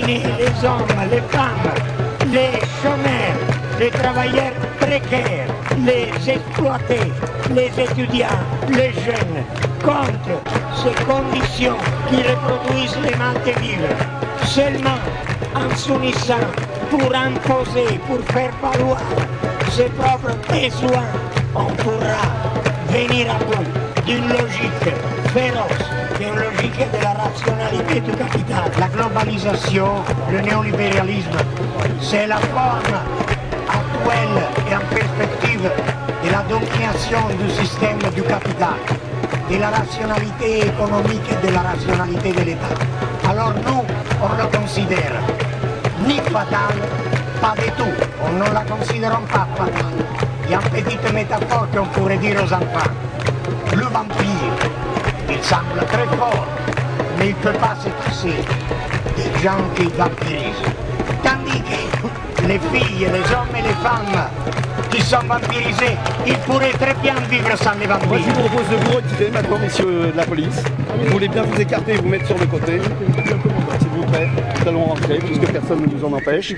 discriminer les hommes, les femmes, les chômeurs, les travailleurs précaires, les exploités, les étudiants, les jeunes, contre ces conditions qui reproduisent les malades vivre. Seulement en s'unissant pour imposer, pour faire valoir ses propres besoins, on pourra venir à bout d'une logique féroce, d'une logique de la rationalité du capital. La globalisation, le néolibéralisme, c'est la forme actuelle et en perspective de la domination du système du capital, de la rationalité économique et de la rationalité de l'État. Alors nous, on le considère ni fatal, pas du tout. On ne la considère pas fatale. Il y a une petite métaphore qu'on pourrait dire aux enfants. Le vampire, il semble très fort, mais il ne peut pas se passer des gens qui vampirisent. Tandis que les filles, les hommes et les femmes qui sont vampirisés, ils pourraient très bien vivre sans les vampires. Moi, je vous propose de vous retirer maintenant, messieurs de la police. Vous voulez bien vous écarter et vous mettre sur le côté. S'il vous plaît, nous allons rentrer puisque personne ne nous en empêche.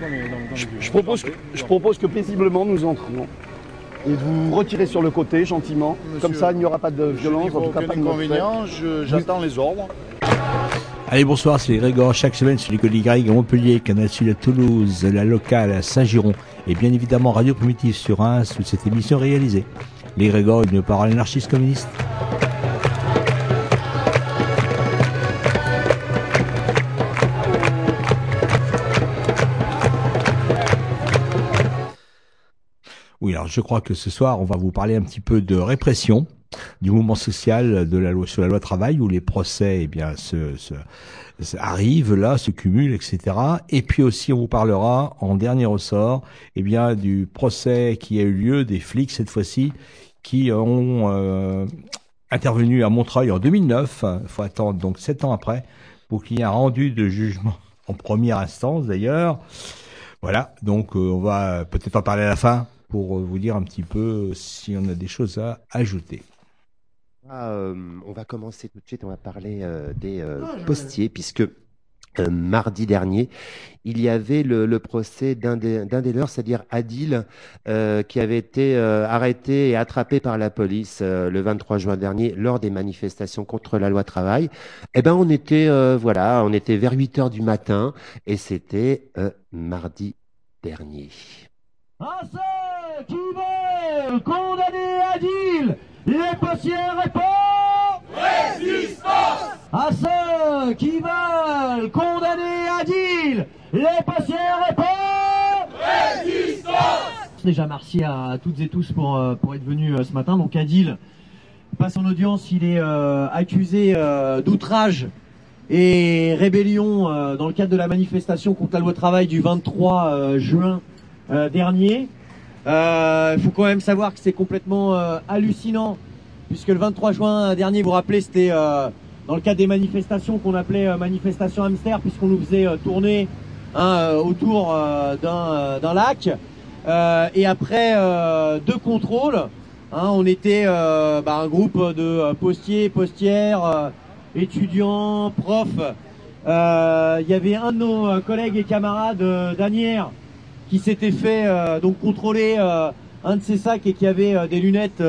Je propose que paisiblement nous entrions. Et de vous retirer sur le côté gentiment. Monsieur, comme ça, il n'y aura pas de violence, en tout cas pas de inconvénient. J'attends les ordres. Allez, bonsoir, c'est Grégor. Chaque semaine sur l'école Y à Montpellier, Canal Sud à Toulouse, la locale à Saint-Giron et bien évidemment Radio Primitive sur Reims, où cette émission est réalisée. Les Grégor, une parole anarchiste communiste. Oui, alors je crois que ce soir, on va vous parler un petit peu de répression, du mouvement social de la loi sur la loi travail, où les procès, eh bien, arrivent là, se cumulent, etc. Et puis aussi, on vous parlera en dernier ressort, eh bien, du procès qui a eu lieu des flics cette fois-ci, qui ont intervenu à Montreuil en 2009. Il faut attendre donc 7 ans après pour qu'il y ait un rendu de jugement en première instance d'ailleurs. Voilà, donc on va peut-être en parler à la fin, pour vous dire un petit peu si on a des choses à ajouter. On va commencer tout de suite, on va parler des postiers, puisque mardi dernier, il y avait le procès d'un des leurs, c'est-à-dire Adil, qui avait été arrêté et attrapé par la police le 23 juin dernier lors des manifestations contre la loi travail. Eh ben, on était vers 8 heures du matin, et c'était mardi dernier. À ceux qui veulent condamner Adil, les postiers répondent résistance. À ceux qui veulent condamner Adil, les postiers répondent résistance. Déjà merci à toutes et tous pour être venus ce matin. Donc Adil passe en audience, il est accusé d'outrage et rébellion dans le cadre de la manifestation contre la loi travail du 23 juin dernier. Il faut quand même savoir que c'est complètement hallucinant, puisque le 23 juin dernier, vous vous rappelez, c'était dans le cadre des manifestations qu'on appelait manifestation hamster, puisqu'on nous faisait tourner autour d'un lac. Et après 2 contrôles, on était un groupe de postiers, postières, étudiants, profs. Il y avait un de nos collègues et camarades d'Anières qui s'était fait donc contrôler un de ses sacs et qui avait des lunettes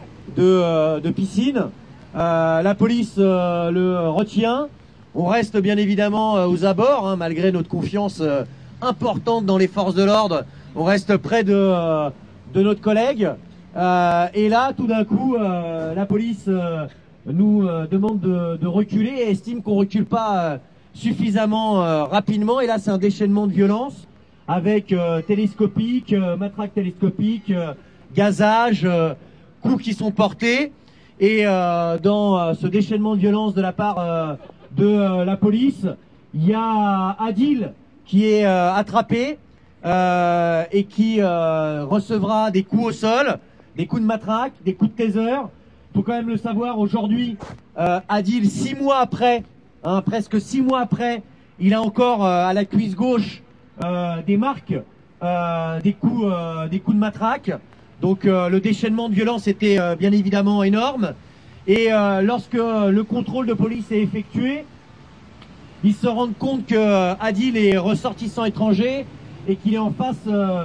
de piscine. La police le retient. On reste bien évidemment aux abords, malgré notre confiance importante dans les forces de l'ordre. On reste près de notre collègue. Et là, tout d'un coup, la police nous demande de reculer et estime qu'on recule pas suffisamment rapidement. Et là, c'est un déchaînement de violence, avec télescopique, matraque télescopique, gazage, coups qui sont portés. Et dans ce déchaînement de violence de la part de la police, il y a Adil qui est attrapé et qui recevra des coups au sol, des coups de matraque, des coups de taser. Il faut quand même le savoir, aujourd'hui, Adil, 6 mois après, presque 6 mois après, il a encore à la cuisse gauche des marques, des coups de matraque. Donc le déchaînement de violence était bien évidemment énorme. Et lorsque le contrôle de police est effectué, ils se rendent compte que Adil est ressortissant étranger et qu'il est en phase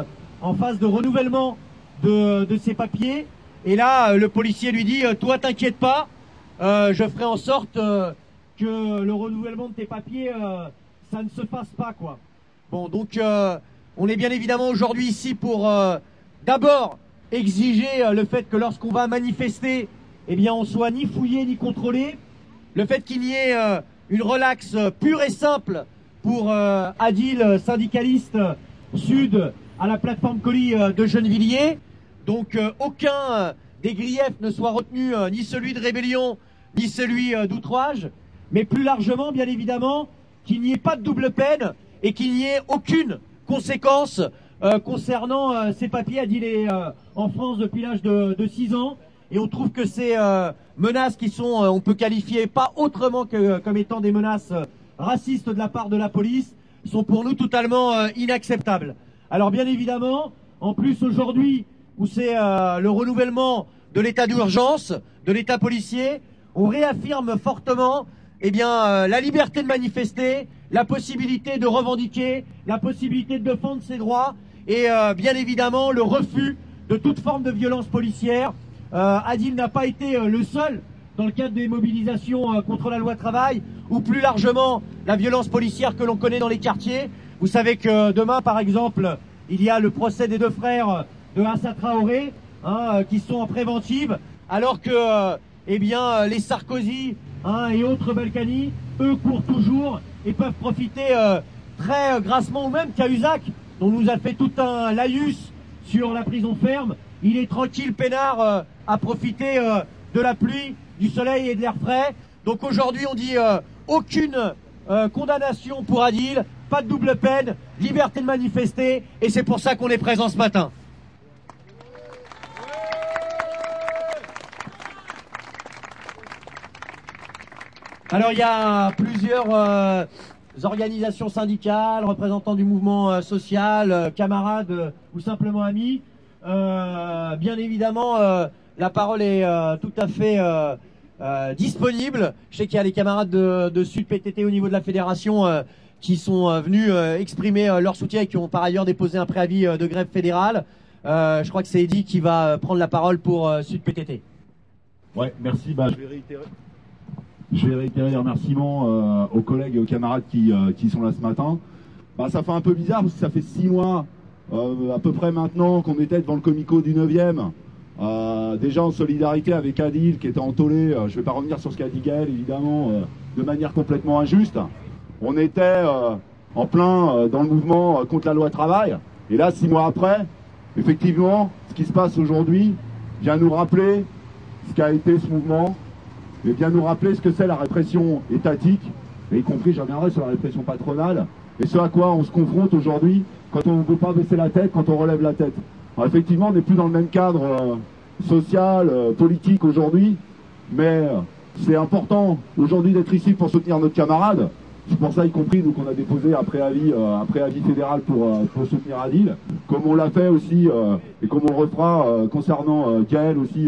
de renouvellement de ses papiers. Et là, le policier lui dit toi, t'inquiète pas, je ferai en sorte que le renouvellement de tes papiers, ça ne se fasse pas, quoi. Bon, donc on est bien évidemment aujourd'hui ici pour d'abord exiger le fait que lorsqu'on va manifester, eh bien, on soit ni fouillé ni contrôlé. Le fait qu'il y ait une relaxe pure et simple pour Adil, syndicaliste sud à la plateforme colis de Gennevilliers. Donc aucun des griefs ne soit retenu, ni celui de rébellion, ni celui d'outrage, mais plus largement, bien évidemment, qu'il n'y ait pas de double peine et qu'il n'y ait aucune conséquence concernant ces papiers. Adil est en France depuis l'âge de 6 ans. Et on trouve que ces menaces qui sont, on peut qualifier pas autrement que comme étant des menaces racistes de la part de la police, sont pour nous totalement inacceptables. Alors bien évidemment, en plus aujourd'hui où c'est le renouvellement de l'état d'urgence, de l'état policier, on réaffirme fortement la liberté de manifester, la possibilité de revendiquer, la possibilité de défendre ses droits et bien évidemment le refus de toute forme de violence policière. Adil n'a pas été le seul dans le cadre des mobilisations contre la loi travail ou plus largement la violence policière que l'on connaît dans les quartiers. Vous savez que demain, par exemple, il y a le procès des 2 frères de Assa Traoré qui sont en préventive, alors que les Sarkozy et autres Balkany, eux, courent toujours et peuvent profiter très grassement, ou même Cahuzac, dont nous a fait tout un laïus sur la prison ferme. Il est tranquille, peinard, à profiter de la pluie, du soleil et de l'air frais. Donc aujourd'hui, on dit aucune condamnation pour Adil, pas de double peine, liberté de manifester, et c'est pour ça qu'on est présent ce matin. Alors il y a plusieurs organisations syndicales, représentants du mouvement social, camarades ou simplement amis. Bien évidemment, la parole est tout à fait disponible. Je sais qu'il y a les camarades de Sud PTT au niveau de la fédération qui sont venus exprimer leur soutien et qui ont par ailleurs déposé un préavis de grève fédérale. Je crois que c'est Eddy qui va prendre la parole pour Sud PTT. Ouais, merci. Je vais réitérer les remerciements aux collègues et aux camarades qui sont là ce matin. Ça fait un peu bizarre parce que ça fait 6 mois à peu près maintenant qu'on était devant le Comico du 9e, déjà en solidarité avec Adil qui était entollé, je ne vais pas revenir sur ce qu'a dit Gaël évidemment, de manière complètement injuste. On était en plein dans le mouvement contre la loi travail, et là 6 mois après, effectivement, ce qui se passe aujourd'hui vient nous rappeler ce qu'a été ce mouvement, et vient nous rappeler ce que c'est la répression étatique, et y compris, je reviendrai sur la répression patronale, et ce à quoi on se confronte aujourd'hui quand on ne veut pas baisser la tête, quand on relève la tête. Alors effectivement, on n'est plus dans le même cadre social, politique aujourd'hui, mais c'est important aujourd'hui d'être ici pour soutenir notre camarade. C'est pour ça, y compris, nous, qu'on a déposé un préavis fédéral pour soutenir Adil, comme on l'a fait aussi, et comme on le refera concernant Gaël aussi,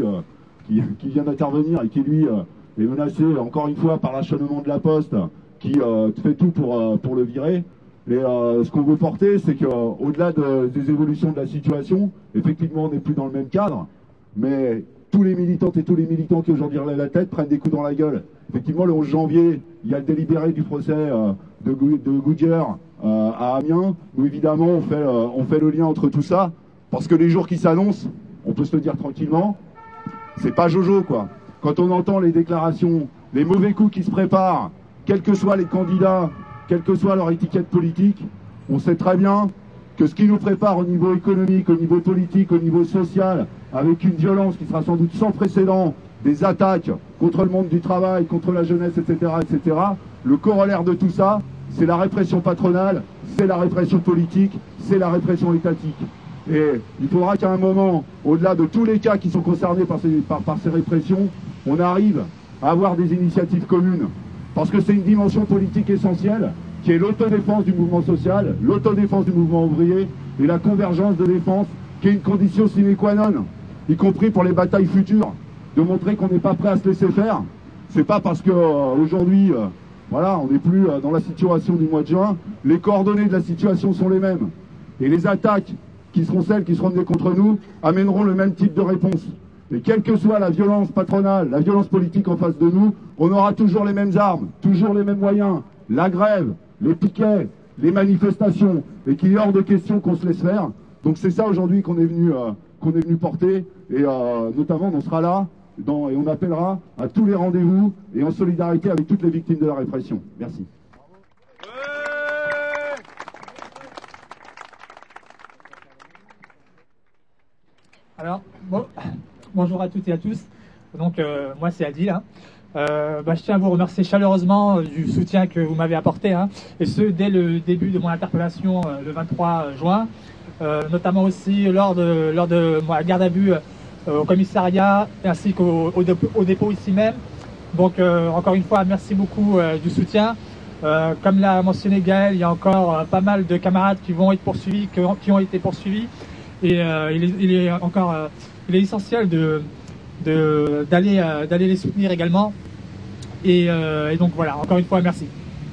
qui vient d'intervenir et qui, lui, est menacé, encore une fois, par l'acharnement de la Poste, qui fait tout pour le virer. Et ce qu'on veut porter, c'est qu'au-delà des évolutions de la situation, effectivement, on n'est plus dans le même cadre, mais tous les militantes et tous les militants qui aujourd'hui relèvent la tête prennent des coups dans la gueule. Effectivement, le 11 janvier, il y a le délibéré du procès de Goodyear à Amiens, où évidemment on fait le lien entre tout ça, parce que les jours qui s'annoncent, on peut se le dire tranquillement, c'est pas Jojo, quoi. Quand on entend les déclarations, les mauvais coups qui se préparent, quels que soient les candidats, quelle que soit leur étiquette politique, on sait très bien que ce qui nous prépare au niveau économique, au niveau politique, au niveau social, avec une violence qui sera sans doute sans précédent, des attaques contre le monde du travail, contre la jeunesse, etc., etc., le corollaire de tout ça, c'est la répression patronale, c'est la répression politique, c'est la répression étatique. Et il faudra qu'à un moment, au-delà de tous les cas qui sont concernés par ces répressions, on arrive à avoir des initiatives communes. Parce que c'est une dimension politique essentielle, qui est l'autodéfense du mouvement social, l'autodéfense du mouvement ouvrier, et la convergence de défense, qui est une condition sine qua non, y compris pour les batailles futures, de montrer qu'on n'est pas prêt à se laisser faire. C'est pas parce que aujourd'hui Voilà, on n'est plus dans la situation du mois de juin. Les coordonnées de la situation sont les mêmes. Et les attaques qui seront celles qui seront menées contre nous amèneront le même type de réponse. Et quelle que soit la violence patronale, la violence politique en face de nous, on aura toujours les mêmes armes, toujours les mêmes moyens. La grève, les piquets, les manifestations, et qu'il est hors de question qu'on se laisse faire. Donc c'est ça aujourd'hui qu'on est venu porter, et notamment on sera là, et on appellera à tous les rendez-vous, et en solidarité avec toutes les victimes de la répression. Merci. Alors, bonjour à toutes et à tous. Donc, moi, c'est Adil. Hein. Je tiens à vous remercier chaleureusement du soutien que vous m'avez apporté, hein, et ce, dès le début de mon interpellation le 23 juin, notamment aussi lors de ma garde à vue au commissariat, ainsi qu'au dépôt ici même. Donc, encore une fois, merci beaucoup du soutien. Comme l'a mentionné Gaël, il y a encore pas mal de camarades qui vont être poursuivis, qui ont été poursuivis. Et il est essentiel d'aller les soutenir également. Et donc voilà, encore une fois, merci.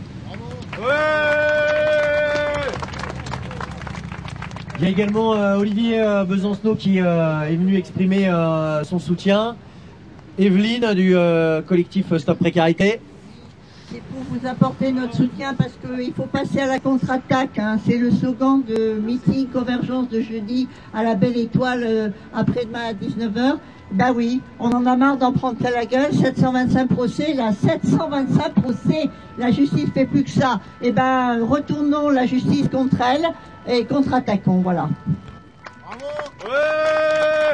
Il y a également Olivier Besancenot qui est venu exprimer son soutien. Evelyne du collectif Stop Précarité. C'est pour vous apporter notre soutien parce qu'il faut passer à la contre-attaque. Hein. C'est le slogan de meeting Convergence de jeudi à la Belle Étoile après-demain à 19h. Bah oui, on en a marre d'en prendre plein la gueule. 725 procès, là, 725 procès. La justice fait plus que ça. Eh ben, retournons la justice contre elle et contre-attaquons, voilà. Bravo. Ouais.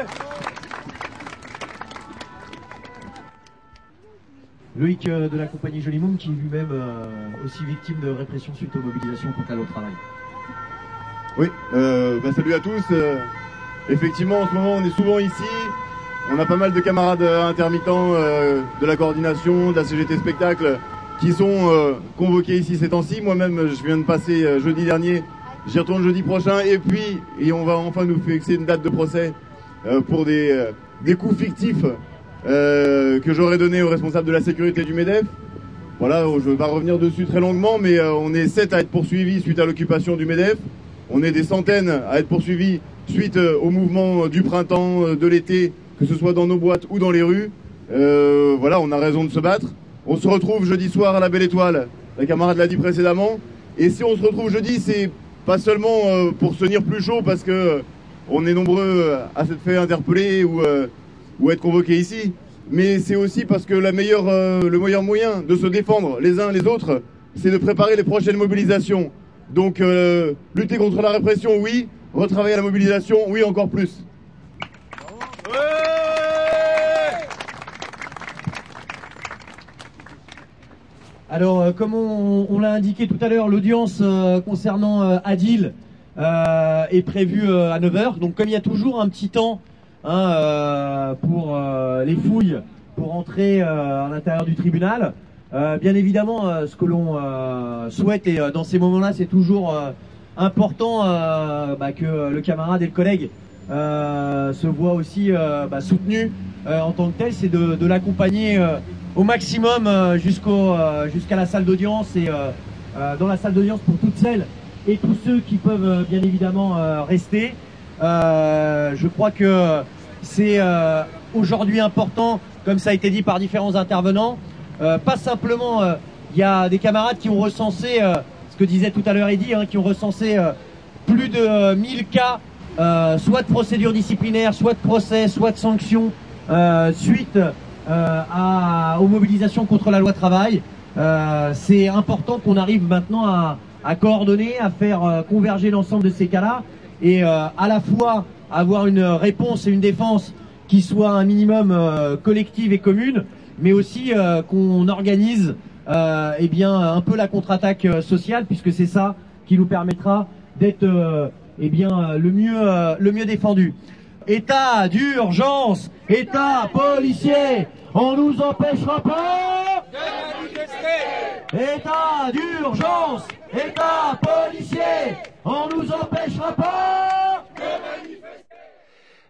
Loïc de la compagnie Joli Môme, qui est lui-même aussi victime de répression suite aux mobilisations contre la loi travail. Oui, salut à tous. Effectivement, en ce moment, on est souvent ici. On a pas mal de camarades intermittents de la coordination, de la CGT Spectacle, qui sont convoqués ici ces temps-ci. Moi-même, je viens de passer jeudi dernier. J'y retourne jeudi prochain. Et on va enfin nous fixer une date de procès pour des coups fictifs que j'aurais donné aux responsables de la sécurité du MEDEF. Voilà, je ne vais pas revenir dessus très longuement, mais on est 7 à être poursuivis suite à l'occupation du MEDEF. On est des centaines à être poursuivis suite au mouvement du printemps, de l'été, que ce soit dans nos boîtes ou dans les rues. Voilà, on a raison de se battre. On se retrouve jeudi soir à la Belle Étoile, la camarade l'a dit précédemment. Et si on se retrouve jeudi, c'est pas seulement pour se tenir plus chaud, parce que on est nombreux à s'être fait interpeller ou être convoqués ici, mais c'est aussi parce que le meilleur moyen de se défendre les uns les autres, c'est de préparer les prochaines mobilisations. Donc lutter contre la répression, oui. Retravailler la mobilisation, oui, encore plus. Alors, comme on l'a indiqué tout à l'heure, l'audience concernant Adil est prévue à 9h. Donc, comme il y a toujours un petit temps pour les fouilles, pour entrer à l'intérieur du tribunal, bien évidemment, ce que l'on souhaite, et dans ces moments-là, c'est toujours important que le camarade et le collègue se voient aussi soutenus en tant que tel, c'est de l'accompagner au maximum jusqu'à la salle d'audience, et dans la salle d'audience pour toutes celles et tous ceux qui peuvent bien évidemment rester. Je crois que c'est aujourd'hui important, comme ça a été dit par différents intervenants, pas simplement, il y a des camarades qui ont recensé, ce que disait tout à l'heure Eddy, qui ont recensé plus de 1000 cas, soit de procédures disciplinaires, soit de procès, soit de sanctions, suite aux mobilisations contre la loi travail. C'est important qu'on arrive maintenant à coordonner, à faire converger l'ensemble de ces cas-là, et à la fois avoir une réponse et une défense qui soit un minimum collective et commune, mais aussi qu'on organise un peu la contre-attaque sociale, puisque c'est ça qui nous permettra d'être le mieux défendu. État d'urgence, État policier, on nous empêchera pas de manifester. État d'urgence, État policier, on nous empêchera pas de manifester.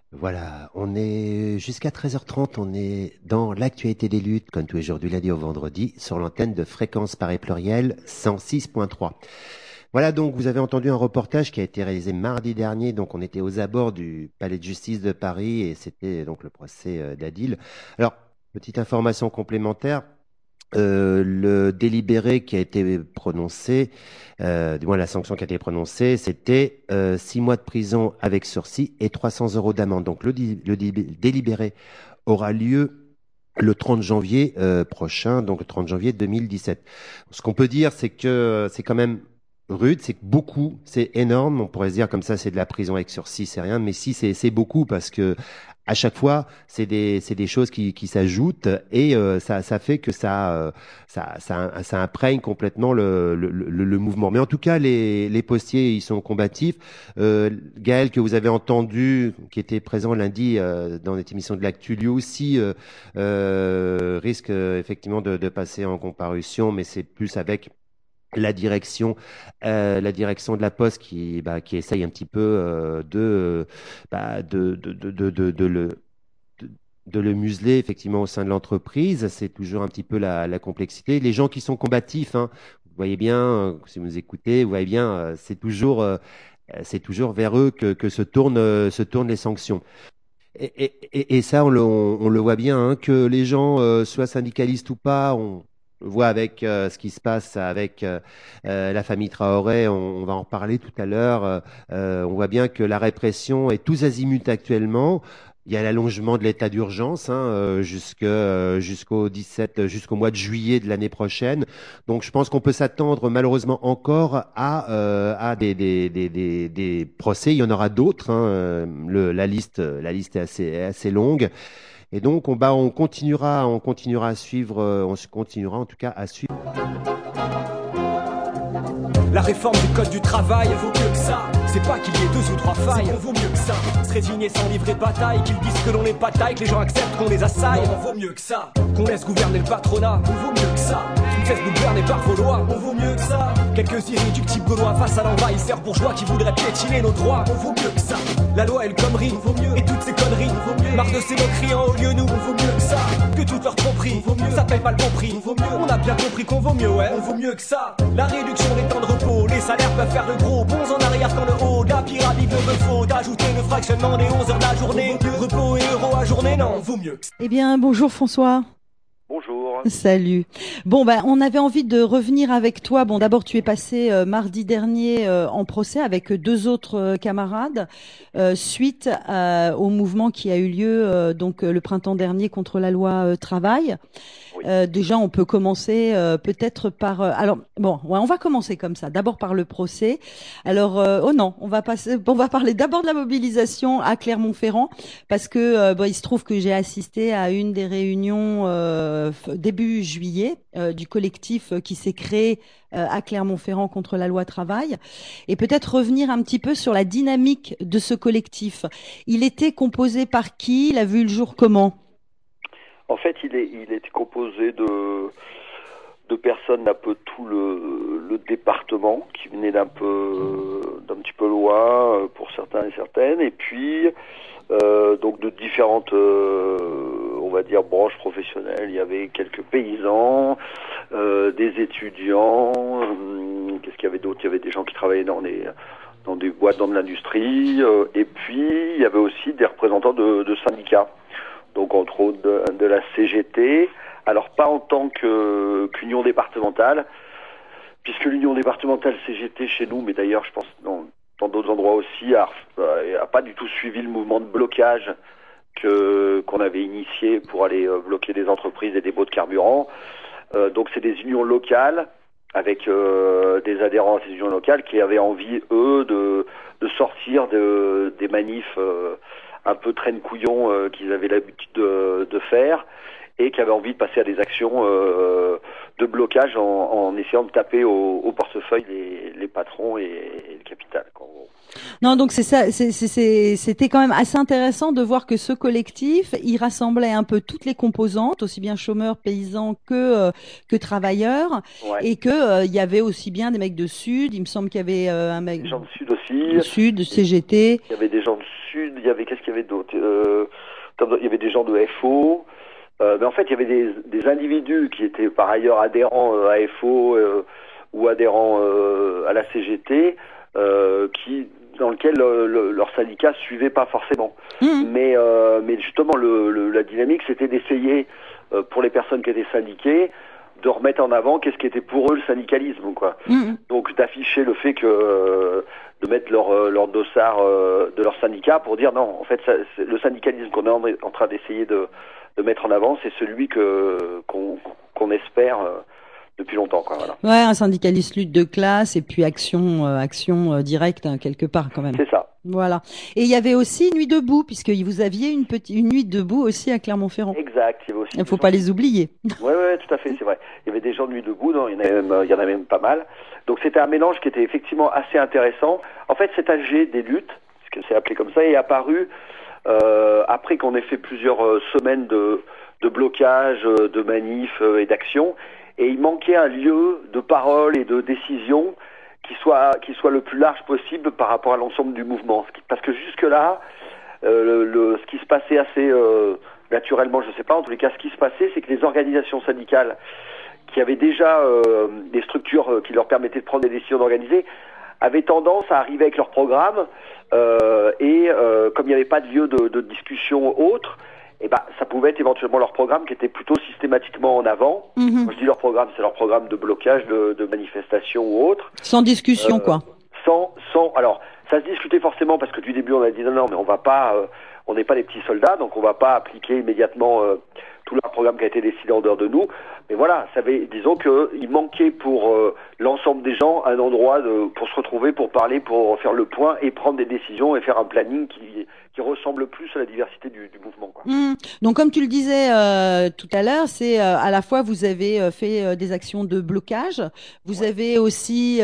Voilà, on est jusqu'à 13h30, on est dans l'actualité des luttes, comme tous les jours du lundi au vendredi, sur l'antenne de Fréquence Paris Pluriel 106.3. Voilà, donc vous avez entendu un reportage qui a été réalisé mardi dernier. Donc on était aux abords du Palais de Justice de Paris et c'était donc le procès d'Adil. Alors, petite information complémentaire. Le délibéré qui a été prononcé, du moins la sanction qui a été prononcée, c'était 6 mois de prison avec sursis et 300 € d'amende. Donc le délibéré aura lieu le 30 janvier prochain, donc le 30 janvier 2017. Ce qu'on peut dire, c'est que c'est quand même rude, c'est beaucoup, c'est énorme. On pourrait se dire comme ça, c'est de la prison avec sursis, c'est rien. Mais si, c'est beaucoup parce que à chaque fois, c'est des choses qui s'ajoutent et ça fait que ça imprègne complètement le mouvement. Mais en tout cas, les postiers, ils sont combatifs. Gaël, que vous avez entendu, qui était présent lundi dans cette émission de l'Actu, lui aussi risque effectivement de passer en comparution, mais c'est plus avec la direction de la Poste qui essaye un petit peu de le museler effectivement au sein de l'entreprise. C'est toujours un petit peu la complexité. Les gens qui sont combatifs, hein, vous voyez bien, si vous écoutez, vous voyez bien, c'est toujours vers eux que se tournent les sanctions. Et ça, on le voit bien, hein, que les gens soient syndicalistes ou pas, on le voit avec ce qui se passe avec la famille Traoré, on va en reparler tout à l'heure. On voit bien que la répression est tous azimuts actuellement. Il y a l'allongement de l'état d'urgence jusqu'au mois de juillet de l'année prochaine. Donc je pense qu'on peut s'attendre malheureusement encore à des procès. Il y en aura d'autres. La liste est assez longue. Et donc, on continuera à suivre, on continuera en tout cas à suivre. La réforme du code du travail vaut mieux que ça. C'est pas qu'il y ait 2 ou 3 failles, vaut mieux que ça. Se résigner sans livrer bataille, qu'ils disent que l'on n'est pas taille, que les gens acceptent qu'on les assaille. Non, vaut mieux que ça. Qu'on laisse gouverner le patronat, vaut mieux que ça. Qu'on cesse de gouverner par vos lois, vaut mieux que ça. Quelques irréductibles gaulois face à l'envahisseur bourgeois qui voudraient piétiner nos droits, vaut mieux que ça. La loi est le connerie, vaut mieux. Et toutes ces conneries, vaut mieux. Marre de ces moqueries en haut lieu, nous, vaut mieux que ça. Que toutes leurs tromperies, vaut mieux. Ça paye pas le bon prix, vaut mieux. On a bien compris qu'on vaut mieux, ouais, on vaut mieux que ça. La réduction des temps de repos, les salaires peuvent faire de gros bons en arrière quand le haut de la pyramide ne me faut. D'ajouter le fractionnement des 11 heures de la journée. Repos et euros à journée, non, vaut mieux que ça. Eh bien, bonjour François. Bonjour. Salut. Bon, on avait envie de revenir avec toi. Bon, d'abord, tu es passé mardi dernier en procès avec 2 autres camarades suite au mouvement qui a eu lieu donc le printemps dernier contre la loi travail. Oui. Déjà, on peut commencer peut-être par. On va commencer comme ça. D'abord par le procès. Alors, on va parler d'abord de la mobilisation à Clermont-Ferrand parce que il se trouve que j'ai assisté à une des réunions début juillet du collectif qui s'est créé à Clermont-Ferrand contre la loi travail et peut-être revenir un petit peu sur la dynamique de ce collectif. Il était composé par qui? Il a vu le jour comment? En fait, il était composé de personnes d'un peu tout le département qui venaient d'un petit peu loin pour certains et certaines, et puis donc de différentes on va dire branches professionnelles. Il y avait quelques paysans, des étudiants, qu'est-ce qu'il y avait d'autre? Il y avait des gens qui travaillaient dans des boîtes dans de l'industrie, et puis il y avait aussi des représentants de syndicats. Donc entre autres de la CGT, alors pas en tant qu'union départementale, puisque l'union départementale CGT chez nous, mais d'ailleurs je pense dans d'autres endroits aussi, a pas du tout suivi le mouvement de blocage qu'on avait initié pour aller bloquer des entreprises et des baux de carburant. Donc c'est des unions locales avec des adhérents à ces unions locales qui avaient envie, eux, de sortir des manifs un peu traîne-couillon qu'ils avaient l'habitude de faire, et qui avaient envie de passer à des actions de blocage en essayant de taper au portefeuille les patrons et le capital. Non, donc c'est ça, c'était quand même assez intéressant de voir que ce collectif, il rassemblait un peu toutes les composantes, aussi bien chômeurs, paysans que travailleurs, Ouais. et que il y avait aussi bien des mecs de Sud. Il me semble qu'il y avait un mec Des gens de Sud aussi. de Sud, de CGT. Il y avait des gens de Sud, qu'est-ce qu'il y avait d'autre il y avait des gens de FO. Mais en fait, il y avait des individus qui étaient par ailleurs adhérents à FO ou adhérents à la CGT, dans lequel leur syndicat suivait pas forcément. Mais justement, la dynamique, c'était d'essayer, pour les personnes qui étaient syndiquées, de remettre en avant qu'est-ce qui était pour eux le syndicalisme, quoi. Donc d'afficher le fait que de mettre leur dossard de leur syndicat pour dire non, en fait, c'est le syndicalisme qu'on est en train d'essayer de mettre en avant, c'est celui qu'on espère depuis longtemps, quoi. Voilà. Ouais, un syndicaliste lutte de classe et puis action directe, hein, quelque part quand même. C'est ça. Voilà. Et il y avait aussi Nuit debout, puisque vous aviez une Nuit debout aussi à Clermont-Ferrand. Exact. Il ne faut pas les oublier. Ouais, tout à fait, c'est vrai. Il y avait des gens de Nuit debout, non, il y en avait même pas mal. Donc c'était un mélange qui était effectivement assez intéressant. En fait, cet AG des luttes, parce que c'est appelé comme ça, est apparu après qu'on ait fait plusieurs semaines de blocage, de manifs et d'actions. Et il manquait un lieu de parole et de décision qui soit le plus large possible par rapport à l'ensemble du mouvement. Parce que jusque-là, ce qui se passait assez naturellement, je sais pas, en tous les cas, ce qui se passait, c'est que les organisations syndicales qui avaient déjà des structures qui leur permettaient de prendre des décisions d'organiser, avaient tendance à arriver avec leur programme et comme il n'y avait pas de lieu de discussion autre, et ça pouvait être éventuellement leur programme qui était plutôt systématiquement en avant. Quand je dis leur programme, c'est leur programme de blocage, de manifestation ou autre. Sans discussion, quoi. Alors, ça se discutait forcément parce que du début on a dit non, mais on va pas, on n'est pas des petits soldats, donc on va pas appliquer immédiatement tout leur programme qui a été décidé en dehors de nous. Mais voilà, disons qu'il manquait pour l'ensemble des gens un endroit pour se retrouver, pour parler, pour faire le point et prendre des décisions et faire un planning qui ressemble plus à la diversité du mouvement, quoi. Donc comme tu le disais tout à l'heure, c'est à la fois vous avez fait des actions de blocage, vous avez aussi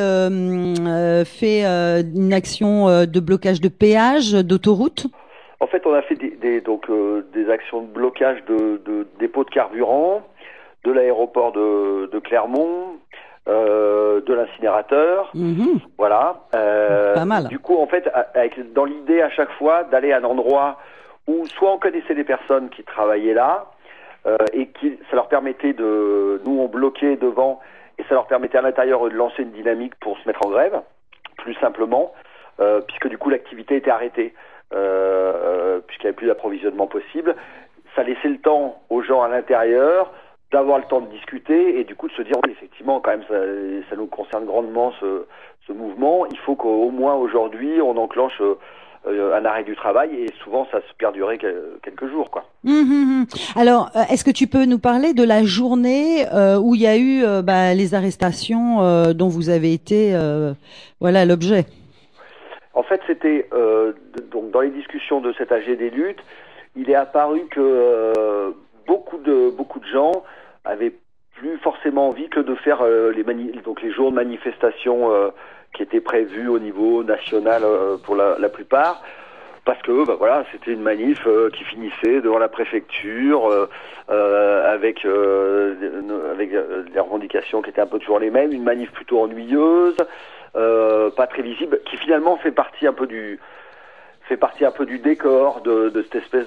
fait une action de blocage de péage, d'autoroute. En fait, on a fait des actions de blocage de dépôts de carburant, de l'aéroport de Clermont, de l'incinérateur. Voilà. Pas mal. Du coup, en fait, dans l'idée à chaque fois d'aller à un endroit où soit on connaissait des personnes qui travaillaient là et ça leur permettait nous on bloquait devant et ça leur permettait à l'intérieur de lancer une dynamique pour se mettre en grève, plus simplement, puisque du coup l'activité était arrêtée. Puisqu'il n'y avait plus d'approvisionnement possible, ça laissait le temps aux gens à l'intérieur d'avoir le temps de discuter et du coup de se dire oui, effectivement quand même ça nous concerne grandement ce mouvement, il faut qu'au moins aujourd'hui on enclenche un arrêt du travail et souvent ça se perdurait quelques jours, quoi. Alors est-ce que tu peux nous parler de la journée où il y a eu les arrestations dont vous avez été l'objet? En fait, c'était donc dans les discussions de cet AG des luttes, il est apparu que beaucoup de gens avaient plus forcément envie que de faire les jours de manifestation qui étaient prévus au niveau national pour la plupart, parce que c'était une manif qui finissait devant la préfecture avec des revendications qui étaient un peu toujours les mêmes, une manif plutôt ennuyeuse. Pas très visible, qui finalement fait partie un peu du décor de cette espèce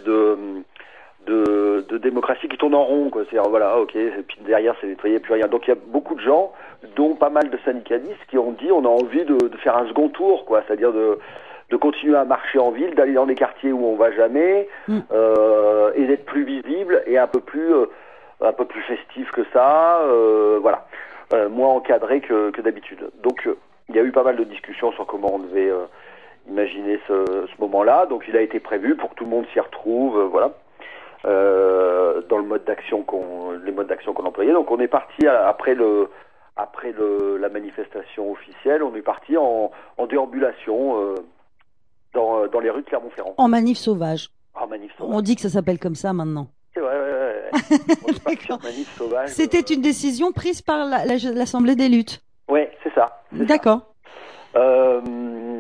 de démocratie qui tourne en rond, quoi. C'est-à-dire voilà, ok, et puis derrière c'est nettoyé, plus rien. Donc il y a beaucoup de gens, dont pas mal de syndicalistes, qui ont dit on a envie de faire un second tour, quoi. C'est-à-dire de continuer à marcher en ville, d'aller dans des quartiers où on va jamais, et d'être plus visible et un peu plus festif que ça, voilà. Moins encadré que d'habitude. Donc il y a eu pas mal de discussions sur comment on devait imaginer ce moment-là. Donc il a été prévu pour que tout le monde s'y retrouve, voilà, dans les modes d'action qu'on employait. Donc on est parti après la manifestation officielle, on est parti en déambulation dans les rues de Clermont-Ferrand. En manif sauvage. En manif sauvage. On dit que ça s'appelle comme ça maintenant. C'est vrai, on est parti en manif sauvage. C'était une décision prise par l'Assemblée des luttes. Ouais, c'est ça. D'accord.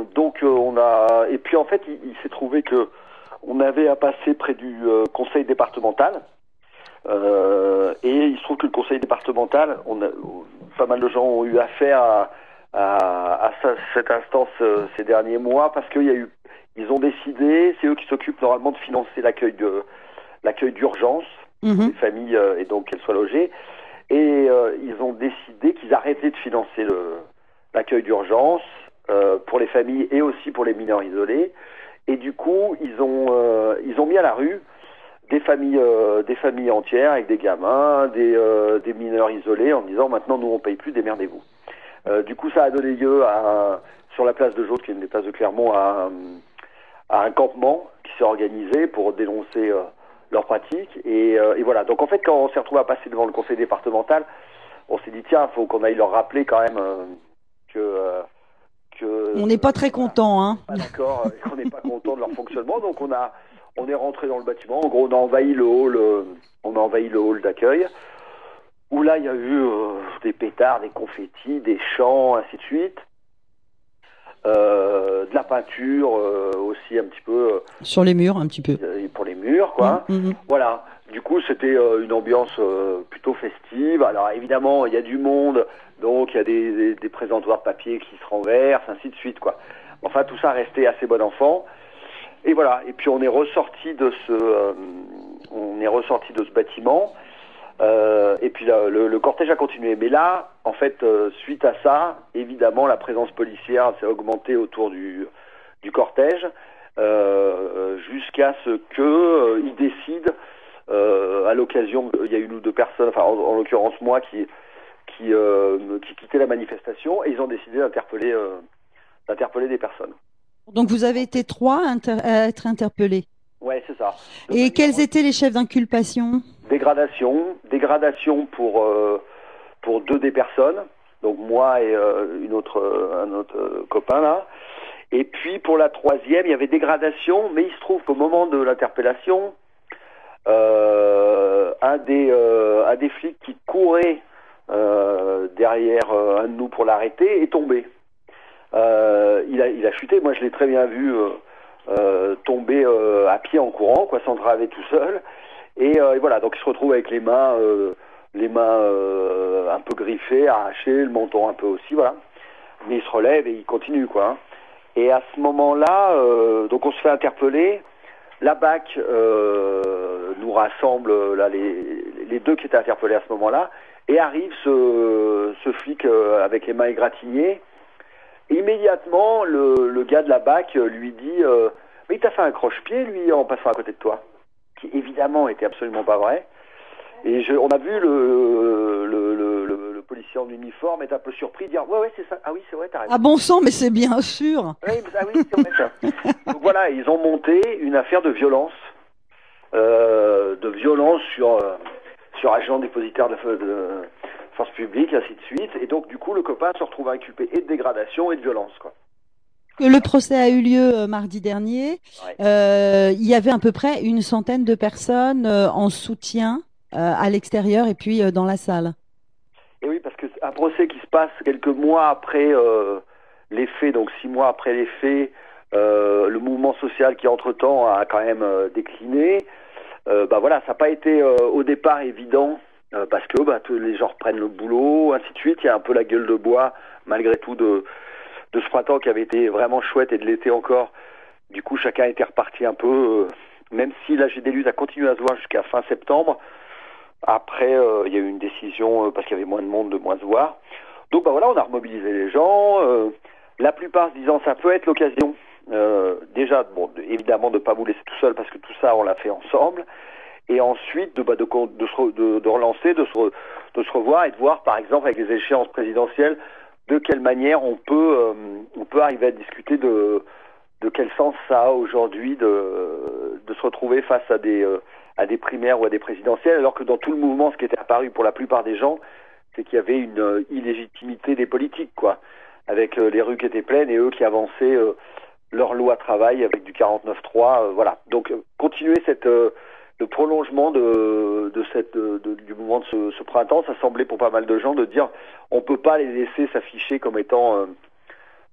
et puis en fait il s'est trouvé que on avait à passer près du conseil départemental et il se trouve que le conseil départemental, pas mal de gens ont eu affaire à cette instance ces derniers mois parce ils ont décidé, c'est eux qui s'occupent normalement de financer l'accueil d'urgence des familles et donc qu'elles soient logées, et ils ont décidé qu'ils arrêtaient de financer l'accueil d'urgence pour les familles et aussi pour les mineurs isolés, et du coup ils ont mis à la rue des familles entières avec des gamins, des mineurs isolés, en disant maintenant nous on paye plus, démerdez-vous. Du coup ça a donné lieu sur la place de Jaude, qui est une des places de Clermont, à un campement qui s'est organisé pour dénoncer leurs pratiques, et voilà. Donc en fait quand on s'est retrouvé à passer devant le conseil départemental, on s'est dit tiens, faut qu'on aille leur rappeler quand même que on n'est pas très content, hein. Pas d'accord, qu'on n'est pas content de leur fonctionnement. Donc on est rentré dans le bâtiment. En gros, on a envahi le hall d'accueil, où là il y a eu des pétards, des confettis, des chants, ainsi de suite. De la peinture aussi un petit peu sur les murs, un petit peu pour les murs, quoi. Voilà, du coup c'était une ambiance plutôt festive. Alors évidemment il y a du monde, donc il y a des présentoirs papier qui se renversent, ainsi de suite, quoi. Enfin tout ça restait assez bon enfant, et voilà. Et puis on est ressorti de ce bâtiment. Et puis là, le cortège a continué. Mais là, en fait, suite à ça, évidemment, la présence policière s'est augmentée autour du cortège, jusqu'à ce que ils décident, à l'occasion, il y a une ou deux personnes, enfin en l'occurrence moi, qui quittaient la manifestation, et ils ont décidé d'interpeller des personnes. Donc vous avez été 3 à être interpellés. Ouais, c'est ça. Donc, et quels étaient les chefs d'inculpation? Dégradation pour 2 des personnes, donc moi et un autre copain là. Et puis pour la 3e, il y avait dégradation, mais il se trouve qu'au moment de l'interpellation, un des flics qui courait derrière un de nous pour l'arrêter est tombé. Il a chuté. Moi je l'ai très bien vu tomber à pied en courant, quoi, s'entraver tout seul. Et voilà, donc il se retrouve avec les mains un peu griffées, arrachées, le menton un peu aussi, voilà. Mais il se relève et il continue, quoi. Et à ce moment-là, donc on se fait interpeller. La BAC nous rassemble, là, les 2 qui étaient interpellés à ce moment-là, et arrive ce flic avec les mains égratignées. Et immédiatement, le gars de la BAC lui dit mais il t'a fait un croche-pied, lui, en passant à côté de toi. Qui évidemment était absolument pas vrai. Et on a vu le policier en uniforme être un peu surpris, dire ouais c'est ça, ah oui c'est vrai, t'as raison. Ah bon sang, mais c'est bien sûr. Oui, c'est vrai ça. Donc voilà, ils ont monté une affaire de violence sur agent dépositaire de force publique, ainsi de suite. Et donc du coup le copain se retrouve inculpé et de dégradation et de violence, quoi. Le procès a eu lieu mardi dernier. Ouais. Il y avait à peu près une centaine de personnes en soutien à l'extérieur et puis dans la salle. Et oui, parce qu'un procès qui se passe quelques mois après les faits, donc 6 mois après les faits, le mouvement social qui entre-temps a quand même décliné. Voilà, ça n'a pas été au départ évident parce que les gens reprennent le boulot, ainsi de suite. Il y a un peu la gueule de bois malgré tout de ce printemps qui avait été vraiment chouette, et de l'été encore. Du coup, chacun était reparti un peu, même si l'AG des luttes a continué à se voir jusqu'à fin septembre. Après, il y a eu une décision, parce qu'il y avait moins de monde, de moins se voir. Donc voilà, on a remobilisé les gens, la plupart se disant ça peut être l'occasion, déjà, évidemment de ne pas vous laisser tout seul, parce que tout ça, on l'a fait ensemble. Et ensuite, de relancer, de se revoir, et de voir, par exemple, avec les échéances présidentielles, de quelle manière on peut arriver à discuter de quel sens ça a aujourd'hui de se retrouver face à des primaires ou à des présidentielles, alors que dans tout le mouvement, ce qui était apparu pour la plupart des gens, c'est qu'il y avait une illégitimité des politiques, quoi, avec les rues qui étaient pleines et eux qui avançaient leur loi travail avec du 49.3, voilà. Donc continuer le prolongement du mouvement de ce printemps, ça semblait pour pas mal de gens de dire on peut pas les laisser s'afficher comme étant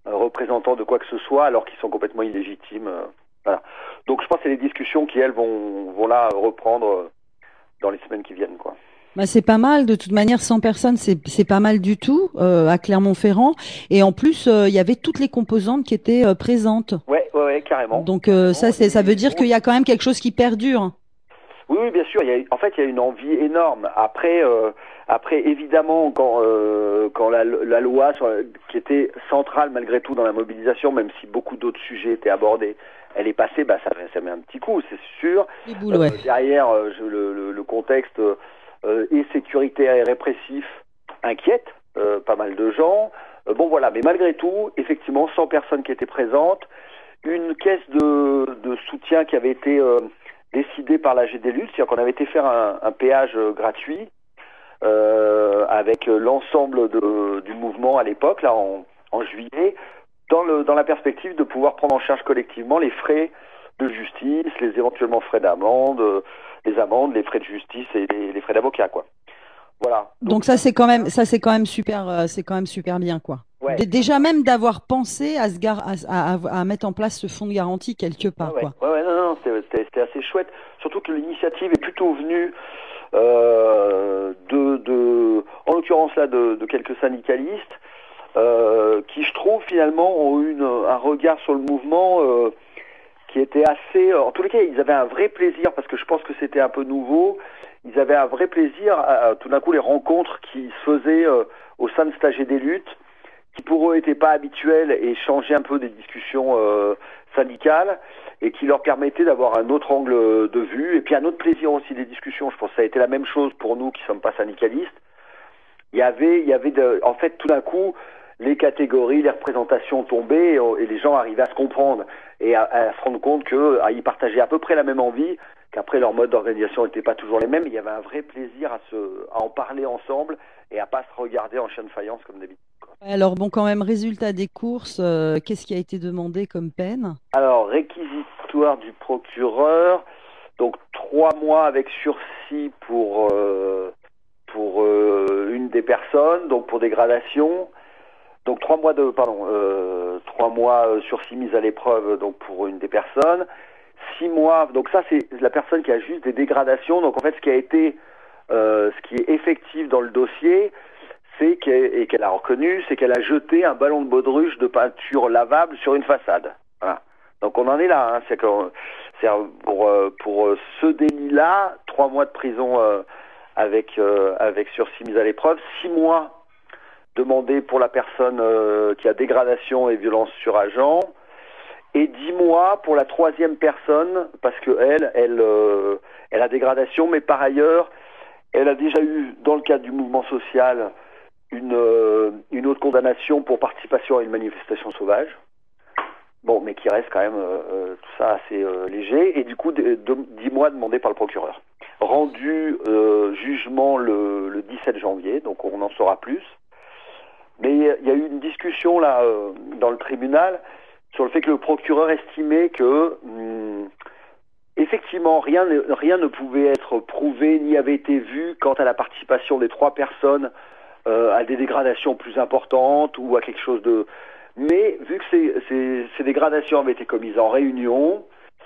représentants de quoi que ce soit alors qu'ils sont complètement illégitimes. Voilà. Donc je pense que c'est les discussions qui, elles, vont là reprendre dans les semaines qui viennent, quoi. Bah, c'est pas mal, de toute manière, 100 personnes, c'est pas mal du tout à Clermont-Ferrand. Et en plus, il y avait toutes les composantes qui étaient présentes. Ouais, carrément. Donc ça veut dire qu'il y a quand même quelque chose qui perdure. Oui, bien sûr. En fait, il y a une envie énorme. Après, évidemment, quand la loi qui était centrale malgré tout dans la mobilisation, même si beaucoup d'autres sujets étaient abordés, elle est passée, bah ça met un petit coup, c'est sûr. Les boules, ouais. Derrière, le contexte et sécuritaire et répressif inquiète pas mal de gens. Bon voilà, mais malgré tout, effectivement, 100 personnes qui étaient présentes, une caisse de soutien qui avait été décidée par l'AG des Luttes, c'est-à-dire qu'on avait été faire un péage gratuit avec l'ensemble du mouvement à l'époque, là en juillet, dans la perspective de pouvoir prendre en charge collectivement les frais de justice, les éventuellement frais d'amende, les amendes, les frais de justice et les frais d'avocat, quoi. Voilà. Donc ça c'est quand même super bien, quoi. Ouais. Déjà même d'avoir pensé à mettre en place ce fonds de garantie quelque part, quoi. Ouais, non, c'était assez chouette. Surtout que l'initiative est plutôt venue en l'occurrence là de quelques syndicalistes qui, je trouve, finalement ont eu un regard sur le mouvement qui était assez... En tous les cas, ils avaient un vrai plaisir, parce que je pense que c'était un peu nouveau, ils avaient un vrai plaisir à tout d'un coup les rencontres qui se faisaient au sein de cet AG des Luttes, qui pour eux n'étaient pas habituelles et changeaient un peu des discussions syndicales, et qui leur permettaient d'avoir un autre angle de vue, et puis un autre plaisir aussi des discussions. Je pense que ça a été la même chose pour nous qui ne sommes pas syndicalistes. Il y avait en fait, tout d'un coup, les catégories, les représentations tombaient et les gens arrivaient à se comprendre et à se rendre compte qu'ils partageaient à peu près la même envie, qu'après leur mode d'organisation n'était pas toujours les mêmes. Il y avait un vrai plaisir à en parler ensemble et à pas se regarder en chien de faïence comme d'habitude. Alors bon, quand même, résultat des courses, qu'est-ce qui a été demandé comme peine? Alors, réquisitoire du procureur, donc 3 mois avec sursis pour une des personnes, donc pour dégradation. Donc 3 mois 3 mois sursis mise à l'épreuve, donc pour une des personnes. 6 mois, donc ça c'est la personne qui a juste des dégradations. Donc en fait, ce qui est effectif dans le dossier, et qu'elle a reconnu, c'est qu'elle a jeté un ballon de baudruche de peinture lavable sur une façade. Voilà. Donc on en est là, hein. C'est pour ce délit-là, 3 mois de prison avec sursis mise à l'épreuve, 6 mois demandé pour la personne qui a dégradation et violence sur agent, et 10 mois pour la 3e personne, parce que elle a dégradation, mais par ailleurs, elle a déjà eu, dans le cadre du mouvement social, une autre condamnation pour participation à une manifestation sauvage. Bon, mais qui reste quand même tout ça assez léger, et du coup 10 mois demandés par le procureur. Rendu jugement le 17 janvier, donc on en saura plus. Mais il y a eu une discussion là dans le tribunal sur le fait que le procureur estimait que effectivement rien ne pouvait être prouvé ni avait été vu quant à la participation des 3 personnes à des dégradations plus importantes ou à quelque chose de... Mais vu que ces dégradations avaient été commises en réunion,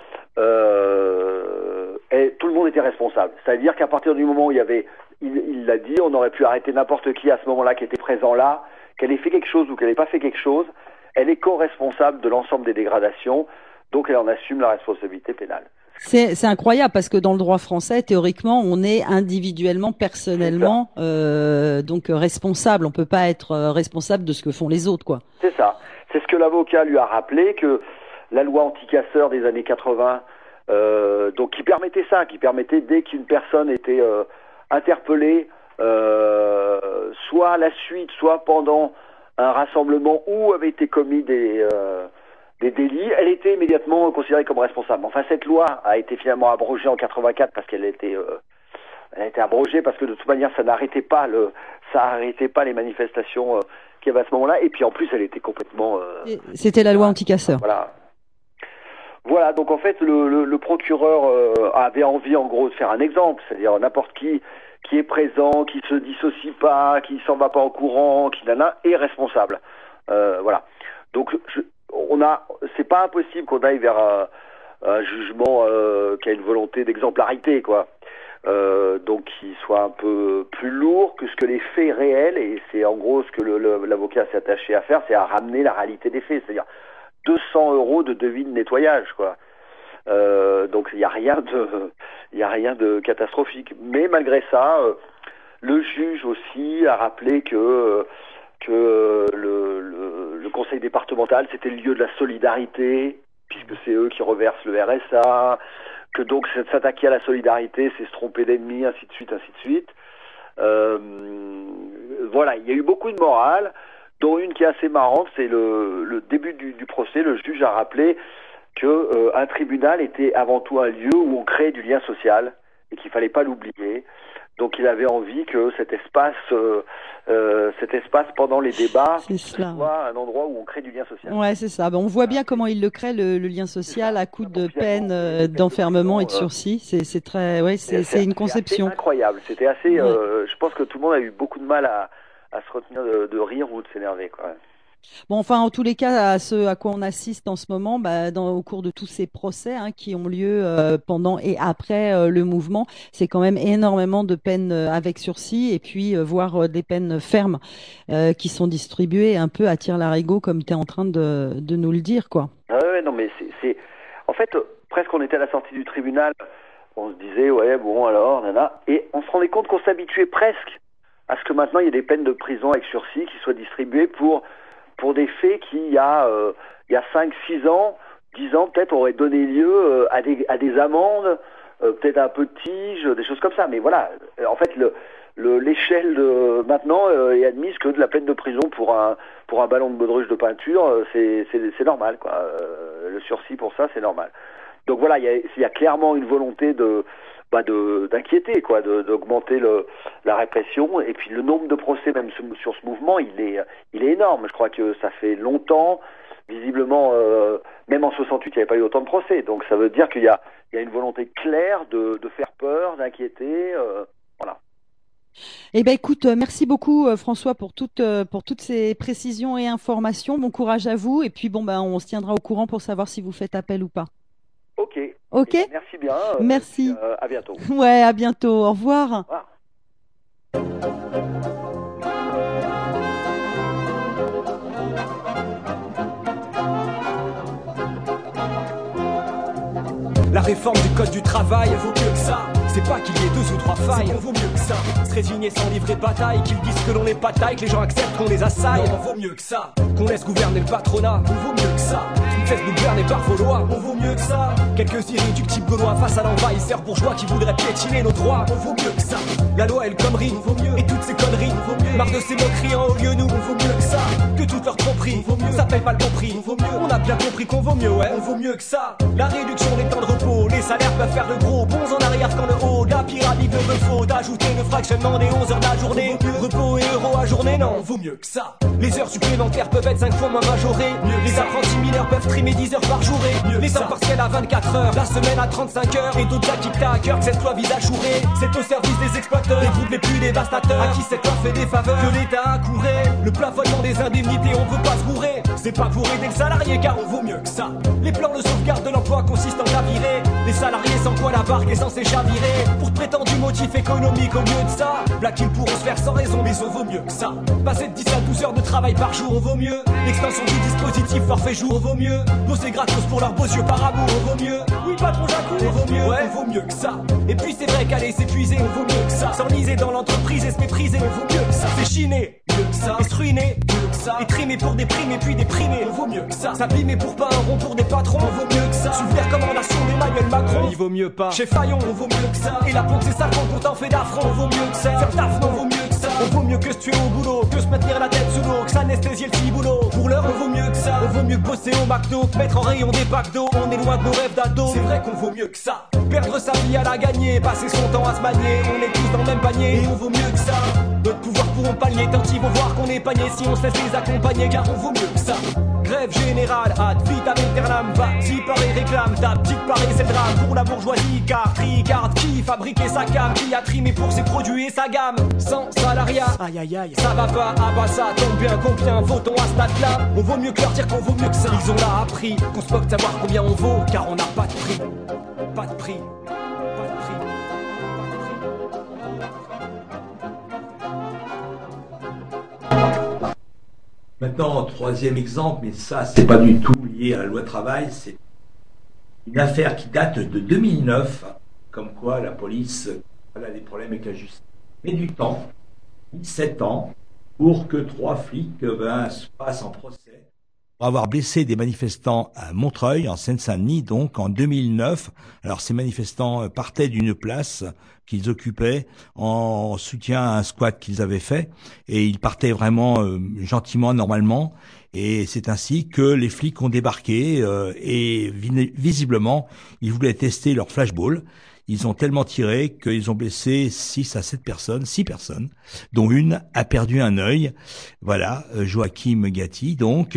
et tout le monde était responsable. C'est-à-dire qu'à partir du moment où il l'a dit, on aurait pu arrêter n'importe qui à ce moment-là qui était présent là, qu'elle ait fait quelque chose ou qu'elle n'ait pas fait quelque chose, elle est co-responsable de l'ensemble des dégradations, donc elle en assume la responsabilité pénale. C'est incroyable parce que dans le droit français, théoriquement, on est individuellement, personnellement, donc responsable. On peut pas être responsable de ce que font les autres, quoi. C'est ça. C'est ce que l'avocat lui a rappelé, que la loi anti-casseurs des années 80, donc qui permettait ça, qui permettait dès qu'une personne était interpellée, soit à la suite, soit pendant un rassemblement où avaient été commis des délits, elle était immédiatement considérée comme responsable. Enfin, cette loi a été finalement abrogée en 84 parce qu'elle a été abrogée parce que de toute manière, ça n'arrêtait pas les manifestations qu'il y avait à ce moment-là. Et puis en plus, elle était complètement... C'était la loi anti-casseurs. Voilà, donc en fait, le procureur avait envie en gros de faire un exemple, c'est-à-dire n'importe qui est présent, qui se dissocie pas, qui s'en va pas en courant, qui est responsable. Voilà. Donc c'est pas impossible qu'on aille vers un jugement qui a une volonté d'exemplarité, quoi. Donc qui soit un peu plus lourd que ce que les faits réels, et c'est en gros ce que l'avocat s'est attaché à faire, c'est à ramener la réalité des faits, c'est-à-dire 200 € de devis de nettoyage, quoi. Donc il y a rien de catastrophique. Mais malgré ça, le juge aussi a rappelé que le conseil départemental c'était le lieu de la solidarité, puisque c'est eux qui reversent le RSA, que donc s'attaquer à la solidarité c'est se tromper d'ennemi, ainsi de suite, ainsi de suite. Voilà, il y a eu beaucoup de morale, dont une qui est assez marrante, c'est le début du procès. Le juge a rappelé que un tribunal était avant tout un lieu où on crée du lien social et qu'il fallait pas l'oublier. Donc il avait envie que cet espace pendant les débats soit un endroit où on crée du lien social. Ouais, c'est ça. Ben, on voit bien comment il le crée, le lien social, à coup de peine, d'enfermement et de sursis. C'est très, ouais, c'est une conception. C'était incroyable. C'était assez. Je pense que tout le monde a eu beaucoup de mal à se retenir de rire ou de s'énerver, quoi. Bon, enfin, en tous les cas, à quoi on assiste en ce moment, au cours de tous ces procès qui ont lieu pendant et après le mouvement, c'est quand même énormément de peines avec sursis et puis voire des peines fermes qui sont distribuées un peu à tire-larigot, comme tu es en train de nous le dire, quoi. Ah ouais, non, mais c'est en fait presque on était à la sortie du tribunal, on se disait ouais bon alors nana, et on se rendait compte qu'on s'habituait presque à ce que maintenant il y ait des peines de prison avec sursis qui soient distribuées pour des faits qui, il y a 5, 6 ans, 10 ans, peut-être, auraient donné lieu à des amendes, peut-être un peu de tige, des choses comme ça. Mais voilà, en fait, l'échelle maintenant est admise que de la peine de prison pour un ballon de baudruche de peinture, c'est normal, quoi. Le sursis pour ça, c'est normal. Donc voilà, il y a clairement une volonté d'inquiéter, quoi, d'augmenter la répression, et puis le nombre de procès même sur ce mouvement il est énorme. Je crois que ça fait longtemps, visiblement, même en 68 il n'y avait pas eu autant de procès, donc ça veut dire qu'il y a une volonté claire de faire peur, d'inquiéter, voilà. Eh ben écoute, merci beaucoup François pour toutes ces précisions et informations. Bon courage à vous, et puis on se tiendra au courant pour savoir si vous faites appel ou pas. Ok. Merci bien. Merci. Puis, à bientôt. Ouais, à bientôt. Au revoir. Au revoir. La réforme du code du travail vaut mieux que ça. C'est pas qu'il y ait 2 ou 3 failles, vaut mieux que ça. Se résigner sans livrer bataille, qu'ils disent que l'on n'est pas taille, que les gens acceptent qu'on les assaille. Non, vaut mieux que ça. Qu'on laisse gouverner le patronat, vaut mieux que ça. Une fesse nous gouverner par vos lois, vaut mieux que ça. Quelques irréductibles gaulois face à l'envahisseur bourgeois qui voudraient piétiner nos droits, vaut mieux que ça. La loi elle connerie, vaut mieux. Et toutes ces conneries, vaut mieux. Marre de ces moqueries en haut lieu, nous, vaut mieux que ça. Que toutes leurs tromperies, vaut mieux. Ça paye pas le bon prix, vaut mieux. On a bien compris qu'on vaut mieux, ouais, on vaut mieux que ça. La réduction des temps de repos, les salaires peuvent faire de gros bons en arrière quand le haut de la pyramide veut faut d'ajouter le fractionnement des 11 heures de la journée. Repos et euros à journée, non, vaut mieux que ça. Les heures supplémentaires peuvent être 5 fois moins majorées. Les apprentis mineurs peuvent trimer 10 heures par jour. Les temps partiels à 24 heures, la semaine à 35 heures. Et d'autres qui à cœur que cette loi vise à chourer. C'est au service des exploiteurs, les groupes les plus dévastateurs, à qui cette loi fait des faveurs que l'État a couré. Le plafonnement des indemnités, on peut pas se bourrer. C'est pas pour aider le salarié car on vaut mieux que ça. Les plans de sauvegarde de l'emploi consistent en chavirer les salariés sans quoi la barque est censée chavirer. Pour de prétendus motifs économiques au lieu de ça, Black ils pourront se faire sans raison, mais on vaut mieux que ça. Passer de 10 à 12 heures de travail par jour, on vaut mieux. L'extension du dispositif forfait jour, on vaut mieux. Bosser gratos pour leurs beaux yeux par amour, on vaut mieux. Oui patron Jacou, on vaut mieux, ouais, on vaut mieux que ça. Et puis c'est vrai qu'aller s'épuiser, on vaut mieux que ça. S'enliser dans l'entreprise et se mépriser, on vaut mieux que ça. S'échiner, mieux que ça. Et se ruiner, mieux que ça. Et trimer pour déprimer puis déprimer, on vaut mieux que ça. S'abîmer pour pas un rond pour des patrons, on vaut mieux que ça. Sous recommandation d'Emmanuel Macron, il vaut mieux pas. Chez Fayon, on vaut mieux que ça. Et la pompe c'est ça qu'on t'en fait d'affront, on vaut mieux que ça. Faire taf, on vaut mieux que ça. On vaut mieux que se tuer au boulot, que se maintenir la tête sous l'eau, que s'anesthésier le ciboulot. Pour l'heure, on vaut mieux que ça. On vaut mieux que bosser au McDo, que mettre en rayon des packs d'eau. On est loin de nos rêves d'ado. C'est vrai qu'on vaut mieux que ça. Perdre sa vie à la gagner, passer son temps à se manier. On est tous dans le même panier et on vaut mieux que ça. Notre pouvoir pourront pallier tant ils vont voir qu'on est panier si on se laisse les accompagner, car on vaut mieux que ça. grève générale, ad vitam aeternam, vas-y Paris réclame, ta petite Paris c'est le drame pour la bourgeoisie, car Ricard qui fabriquait sa cam, qui a trimé pour ses produits et sa gamme, sans salariat, aïe aïe aïe, ça va pas, ah bah ça tombe bien, combien vaut-on à ce stade-là? On vaut mieux que leur dire qu'on vaut mieux que ça. Ils ont là appris qu'on se moque de savoir combien on vaut, car on n'a pas de prix, pas de prix. Maintenant, troisième exemple, mais ça, c'est pas du tout lié à la loi travail, c'est une affaire qui date de 2009, comme quoi la police a des problèmes avec la justice. Mais du temps, 7 ans, pour que 3 flics se passent en procès pour avoir blessé des manifestants à Montreuil, en Seine-Saint-Denis, donc en 2009. Alors ces manifestants partaient d'une place qu'ils occupaient en soutien à un squat qu'ils avaient fait, et ils partaient vraiment gentiment, normalement, et c'est ainsi que les flics ont débarqué, et visiblement, ils voulaient tester leur flashball. Ils ont tellement tiré qu'ils ont blessé 6 personnes, dont une a perdu un œil. Voilà, Joachim Gatti, donc.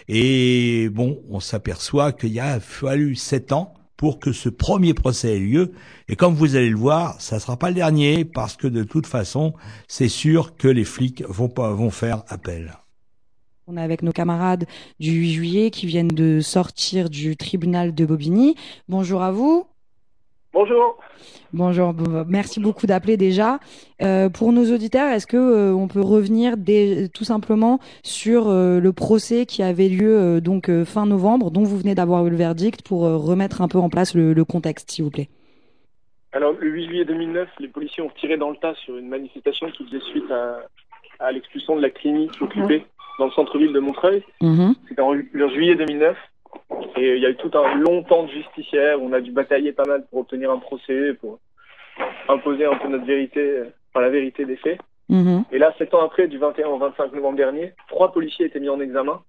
Et bon, on s'aperçoit qu'il a fallu 7 ans pour que ce premier procès ait lieu. Et comme vous allez le voir, ça sera pas le dernier, parce que de toute façon, c'est sûr que les flics vont faire appel. On est avec nos camarades du 8 juillet qui viennent de sortir du tribunal de Bobigny. Bonjour à vous. Bonjour. Bonjour, merci beaucoup d'appeler déjà. Pour nos auditeurs, est-ce que on peut revenir tout simplement sur le procès qui avait lieu donc fin novembre, dont vous venez d'avoir eu le verdict, pour remettre un peu en place le contexte, s'il vous plaît. Alors, le 8 juillet 2009, les policiers ont tiré dans le tas sur une manifestation qui faisait suite à l'expulsion de la clinique occupée dans le centre-ville de Montreuil. C'était en juillet 2009. Et il y a eu tout un long temps de justicière où on a dû batailler pas mal pour obtenir un procès, pour imposer un peu notre vérité, la vérité des faits. Et là, 7 ans après, du 21 au 25 novembre dernier, 3 policiers étaient mis en examen,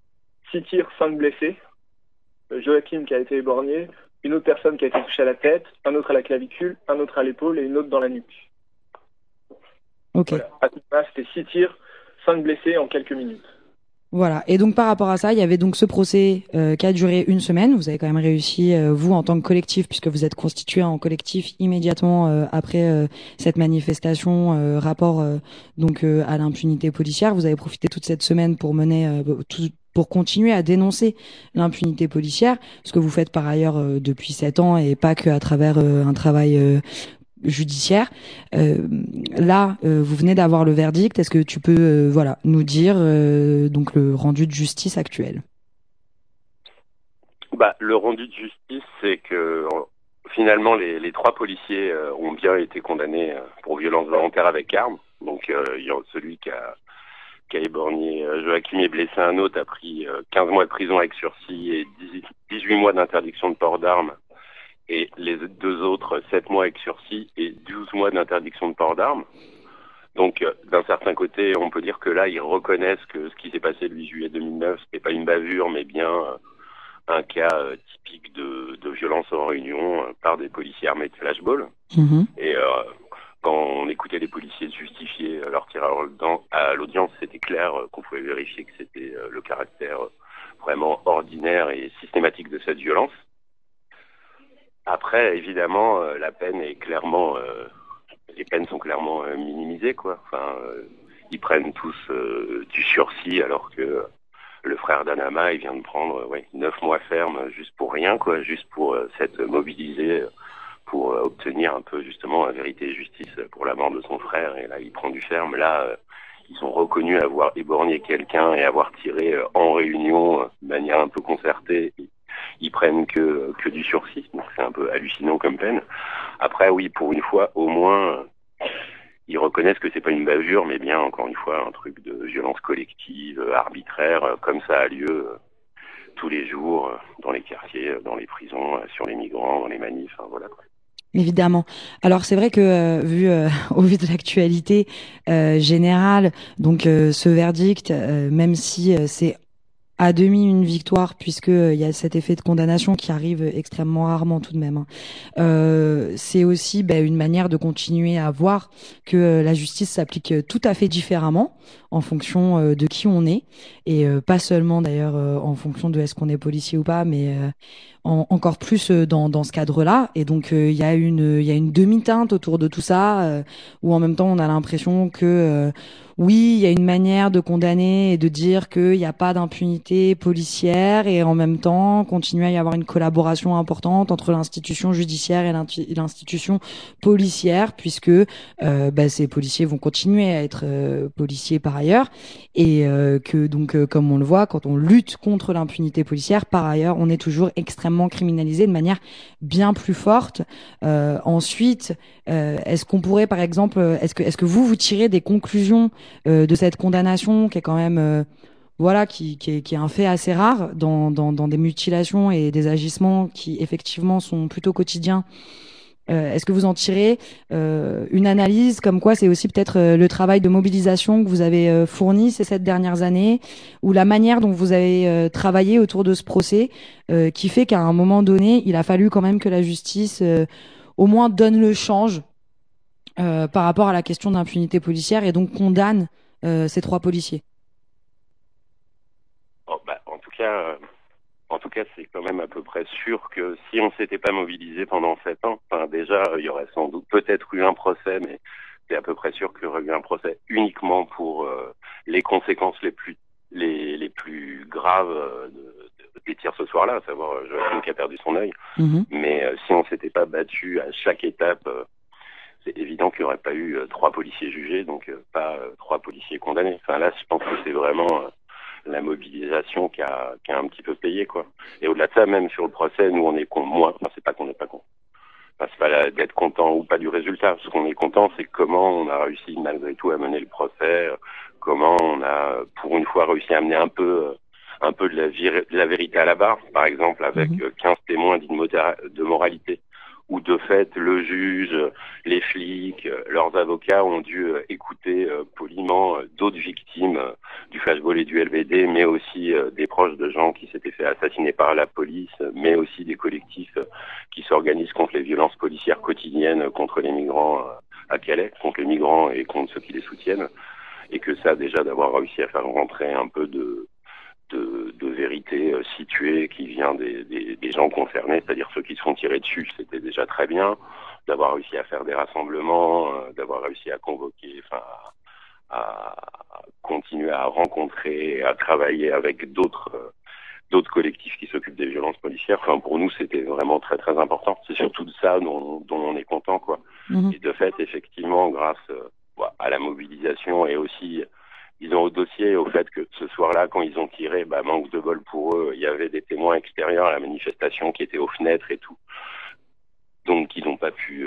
6 tirs, 5 blessés, Joachim qui a été éborgné, une autre personne qui a été touchée à la tête, un autre à la clavicule, un autre à l'épaule et une autre dans la nuque. Ok. Voilà. À tout moment, c'était 6 tirs, 5 blessés en quelques minutes. Voilà. Et donc par rapport à ça, il y avait donc ce procès qui a duré 1 semaine. Vous avez quand même réussi, vous en tant que collectif, puisque vous êtes constitué en collectif immédiatement après cette manifestation, rapport donc à l'impunité policière. Vous avez profité toute cette semaine pour pour continuer à dénoncer l'impunité policière, ce que vous faites par ailleurs depuis 7 ans et pas que à travers un travail judiciaire. Là, vous venez d'avoir le verdict. Est-ce que tu peux nous dire donc le rendu de justice actuel? Le rendu de justice, c'est que finalement les 3 policiers ont bien été condamnés pour violence volontaire avec arme. Donc il y a celui qui a éborgné Joachim et blessé un autre a pris 15 mois de prison avec sursis et 18 mois d'interdiction de port d'armes. Et les 2 autres, 7 mois avec sursis et 12 mois d'interdiction de port d'armes. Donc, d'un certain côté, on peut dire que là, ils reconnaissent que ce qui s'est passé le 8 juillet 2009, c'était pas une bavure, mais bien un cas typique de violence en réunion par des policiers armés de flashball. Et quand on écoutait les policiers justifier leur tir à l'audience, c'était clair qu'on pouvait vérifier que c'était le caractère vraiment ordinaire et systématique de cette violence. Après, évidemment, la peine est clairement, les peines sont clairement minimisées, quoi. Enfin, ils prennent tous du sursis, alors que le frère d'Anama, il vient de prendre 9 mois ferme juste pour rien, quoi, juste pour s'être mobilisé pour obtenir un peu justement la vérité et justice pour la mort de son frère. Et là, il prend du ferme. Là, ils sont reconnus avoir éborgné quelqu'un et avoir tiré en réunion de manière un peu concertée. Ils prennent que du sursis, donc c'est un peu hallucinant comme peine. Après, oui, pour une fois, au moins, ils reconnaissent que c'est pas une bavure, mais bien, encore une fois, un truc de violence collective, arbitraire, comme ça a lieu tous les jours dans les quartiers, dans les prisons, sur les migrants, dans les manifs, voilà. Évidemment. Alors c'est vrai que au vu de l'actualité générale, donc ce verdict, même si c'est à demi une victoire, puisque il y a cet effet de condamnation qui arrive extrêmement rarement tout de même. c'est aussi une manière de continuer à voir que la justice s'applique tout à fait différemment en fonction de qui on est, et pas seulement d'ailleurs en fonction de est-ce qu'on est policier ou pas, mais encore plus dans ce cadre-là. Et donc il y a une demi-teinte autour de tout ça, où en même temps on a l'impression que oui, il y a une manière de condamner et de dire qu'il n'y a pas d'impunité policière, et en même temps continuer à y avoir une collaboration importante entre l'institution judiciaire et l'institution policière, puisque ces policiers vont continuer à être policiers par ailleurs, et que donc comme on le voit, quand on lutte contre l'impunité policière, par ailleurs, on est toujours extrêmement criminalisé de manière bien plus forte. Ensuite, est-ce qu'on pourrait, par exemple, est-ce que vous tirez des conclusions de cette condamnation qui est quand même qui est un fait assez rare dans des mutilations et des agissements qui effectivement sont plutôt quotidiens? Est-ce que vous en tirez une analyse comme quoi c'est aussi peut-être le travail de mobilisation que vous avez fourni ces 7 dernières années, ou la manière dont vous avez travaillé autour de ce procès qui fait qu'à un moment donné, il a fallu quand même que la justice au moins donne le change par rapport à la question d'impunité policière, et donc condamne ces 3 policiers? En tout cas, c'est quand même à peu près sûr que si on s'était pas mobilisé pendant 7 ans, déjà, il y aurait sans doute peut-être eu un procès, mais c'est à peu près sûr qu'il y aurait eu un procès uniquement pour les conséquences les plus graves des tirs ce soir-là, à savoir Joachim qui a perdu son œil. Mais si on s'était pas battu à chaque étape, c'est évident qu'il n'y aurait pas eu 3 policiers jugés, donc pas 3 policiers condamnés. Là, je pense que c'est vraiment la mobilisation qui a un petit peu payé, quoi. Et au-delà de ça, même sur le procès, nous on est c'est pas qu'on n'est pas con. C'est pas d'être content ou pas du résultat. Ce qu'on est content, c'est comment on a réussi malgré tout à mener le procès, comment on a pour une fois réussi à amener un peu de la vérité à la barre, par exemple avec 15 témoins de moralité, où de fait le juge, les flics, leurs avocats ont dû écouter poliment d'autres victimes du flashball et du LBD, mais aussi des proches de gens qui s'étaient fait assassiner par la police, mais aussi des collectifs qui s'organisent contre les violences policières quotidiennes contre les migrants à Calais, contre les migrants et contre ceux qui les soutiennent, et que ça, déjà, d'avoir réussi à faire rentrer un peu de vérité située qui vient des gens concernés, c'est-à-dire ceux qui se font tirer dessus, c'était déjà très bien. D'avoir réussi à faire des rassemblements, d'avoir réussi à convoquer, à continuer à rencontrer, à travailler avec d'autres collectifs qui s'occupent des violences policières. Pour nous, c'était vraiment très très important. C'est surtout de ça dont on est content, quoi. Et de fait, effectivement, grâce à la mobilisation et aussi disons au dossier, au fait que ce soir-là, quand ils ont tiré, manque de bol pour eux, il y avait des témoins extérieurs à la manifestation qui étaient aux fenêtres et tout, donc qu'ils n'ont pas pu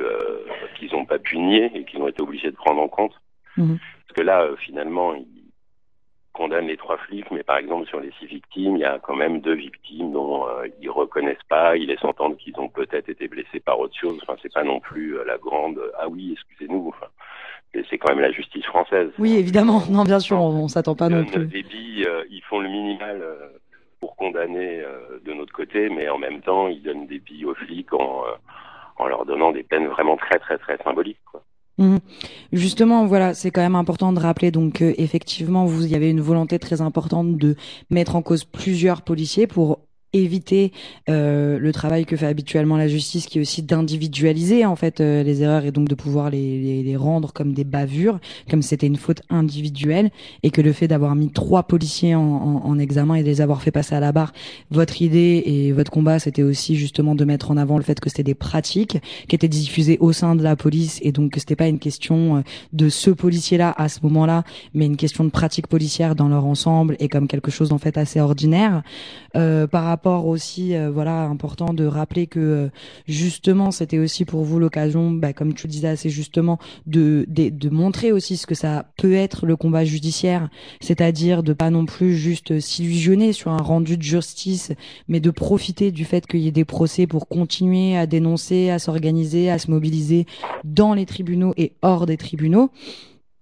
nier et qu'ils ont été obligés de prendre en compte. Parce que là, finalement, ils condamnent les 3 flics, mais par exemple sur les 6 victimes, il y a quand même 2 victimes dont ils reconnaissent pas, ils laissent entendre qu'ils ont peut-être été blessés par autre chose. C'est pas non plus la grande ah oui, excusez-nous. C'est quand même la justice française. Oui, évidemment. Non, bien sûr, on s'attend pas non plus. Des billes, ils font le minimal pour condamner de notre côté, mais en même temps, ils donnent des billes aux flics en leur donnant des peines vraiment très, très, très symboliques, quoi. Justement, voilà, c'est quand même important de rappeler donc effectivement, il y avait une volonté très importante de mettre en cause plusieurs policiers pour éviter le travail que fait habituellement la justice, qui est aussi d'individualiser en fait les erreurs, et donc de pouvoir les rendre comme des bavures, comme c'était une faute individuelle, et que le fait d'avoir mis 3 policiers en examen et de les avoir fait passer à la barre, votre idée et votre combat, c'était aussi justement de mettre en avant le fait que c'était des pratiques qui étaient diffusées au sein de la police, et donc que c'était pas une question de ce policier-là à ce moment-là, mais une question de pratique policière dans leur ensemble, et comme quelque chose en fait assez ordinaire. Par rapport aussi, important de rappeler que justement c'était aussi pour vous l'occasion, comme tu le disais assez justement, de montrer aussi ce que ça peut être le combat judiciaire, c'est-à-dire de pas non plus juste s'illusionner sur un rendu de justice, mais de profiter du fait qu'il y ait des procès pour continuer à dénoncer, à s'organiser, à se mobiliser dans les tribunaux et hors des tribunaux.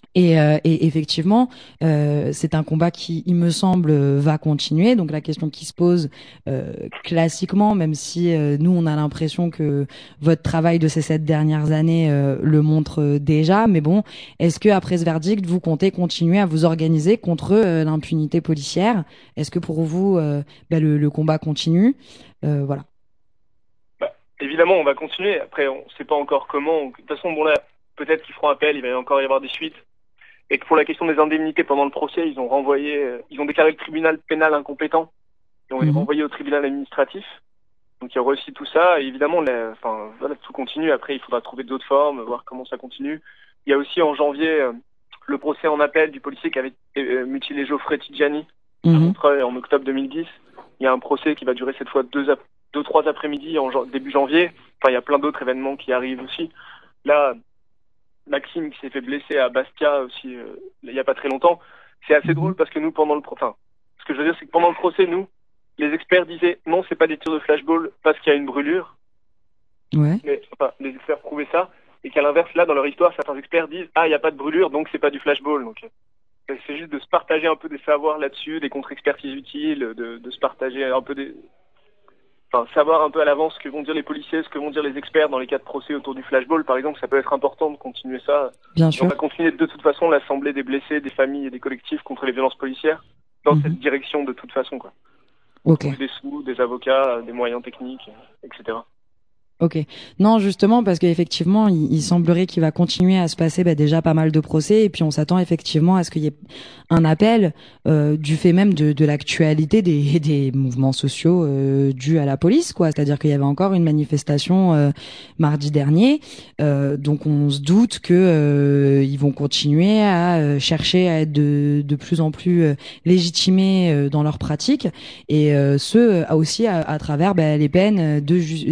Et effectivement, c'est un combat qui, il me semble, va continuer. Donc la question qui se pose classiquement, même si nous on a l'impression que votre travail de ces 7 dernières années le montre déjà, mais bon, est-ce que après ce verdict, vous comptez continuer à vous organiser contre l'impunité policière? Est-ce que pour vous, le combat continue? Voilà. Évidemment, on va continuer. Après, on ne sait pas encore comment. De toute façon, bon là, peut-être qu'ils feront appel. Il va encore y avoir des suites. Et que pour la question des indemnités pendant le procès, ils ont déclaré le tribunal pénal incompétent. Ils ont renvoyé au tribunal administratif. Donc il y aura aussi tout ça. Et évidemment, tout continue. Après, il faudra trouver d'autres formes, voir comment ça continue. Il y a aussi en janvier le procès en appel du policier qui avait mutilé Geoffrey Tidjani à Montreuil en octobre 2010. Il y a un procès qui va durer cette fois 2-3 après-midi début janvier. Enfin, il y a plein d'autres événements qui arrivent aussi. Là, Maxime qui s'est fait blesser à Bastia aussi il y a pas très longtemps. C'est assez drôle parce que nous ce que je veux dire c'est que pendant le procès, nous, les experts disaient non, c'est pas des tirs de flashball parce qu'il y a une brûlure. Ouais. Mais les experts prouvaient ça et qu'à l'inverse là dans leur histoire, certains experts disent il y a pas de brûlure donc c'est pas du flashball. Donc c'est juste de se partager un peu des savoirs là-dessus, des contre-expertises utiles, de se partager un peu savoir un peu à l'avance ce que vont dire les policiers, ce que vont dire les experts dans les cas de procès autour du flashball, par exemple, ça peut être important de continuer ça. Bien sûr. On va continuer de toute façon l'assemblée des blessés, des familles et des collectifs contre les violences policières dans cette direction de toute façon, quoi. Ok. Des sous, des avocats, des moyens techniques, etc. Ok. Non, justement, parce qu'effectivement, il semblerait qu'il va continuer à se passer déjà pas mal de procès, et puis on s'attend effectivement à ce qu'il y ait un appel du fait même de l'actualité des mouvements sociaux dus à la police, quoi. C'est-à-dire qu'il y avait encore une manifestation mardi dernier, donc on se doute que ils vont continuer à chercher à être de plus en plus légitimés dans leurs pratiques, et aussi à travers les peines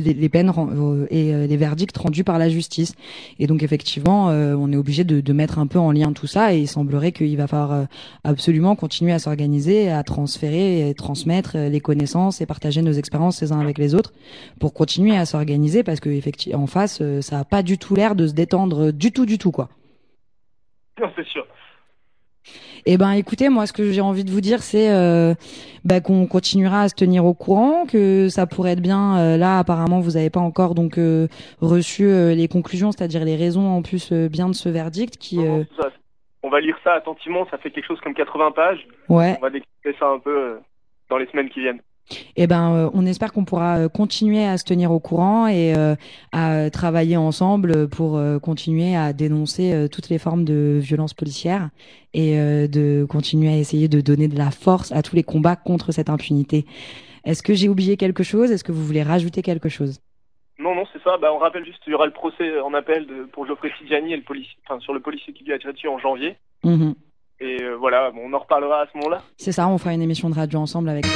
et les verdicts rendus par la justice. Et donc effectivement, on est obligé de mettre un peu en lien tout ça, et il semblerait qu'il va falloir absolument continuer à s'organiser, à transférer et transmettre les connaissances et partager nos expériences les uns avec les autres pour continuer à s'organiser, parce que effectivement en face, ça a pas du tout l'air de se détendre du tout quoi. Non, c'est sûr. Eh ben, écoutez, moi, ce que j'ai envie de vous dire, c'est qu'on continuera à se tenir au courant, que ça pourrait être bien. Là, apparemment, vous n'avez pas encore donc reçu les conclusions, c'est-à-dire les raisons en plus bien de ce verdict qui. On va lire ça attentivement. Ça fait quelque chose comme 80 pages. Ouais. On va décrypter ça un peu dans les semaines qui viennent. Eh ben, on espère qu'on pourra continuer à se tenir au courant et à travailler ensemble pour continuer à dénoncer toutes les formes de violences policières et de continuer à essayer de donner de la force à tous les combats contre cette impunité. Est-ce que j'ai oublié quelque chose? Est-ce que vous voulez rajouter quelque chose? Non, c'est ça. On rappelle juste qu'il y aura le procès en appel pour Geoffrey Tidjani et sur le policier qui lui a tiré dessus en janvier. Et voilà, on en reparlera à ce moment-là. C'est ça, on fera une émission de radio ensemble avec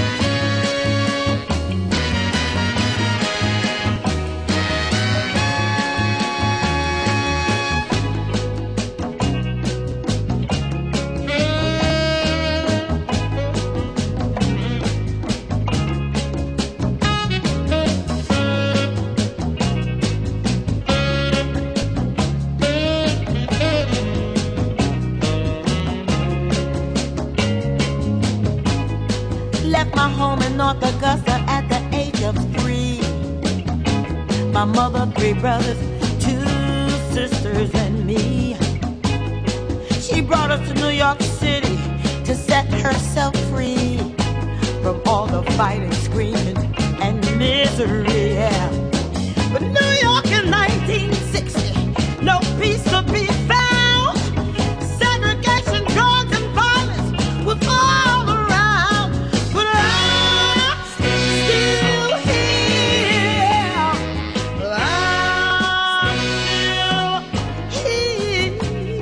North Augusta at the age of 3. My mother, 3 brothers, 2 sisters, and me. She brought us to New York City to set herself free from all the fighting, screaming, and misery. Yeah. But New York in 1960, no peace to be found. Segregation, drugs, and violence was all around. But I'm still here. I'm still here.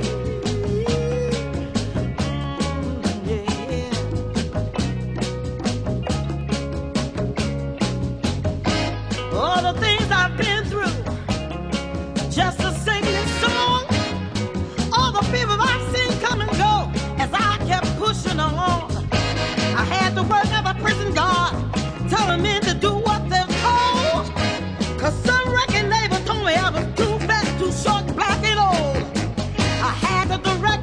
All the things I've been through, just to sing this song. All the people I've seen come and go as I kept pushing on. I had to work at a prison guard, telling men to do what they're told. 'Cause some wrecking neighbor told me I was too fat, too short, black and old. I had to direct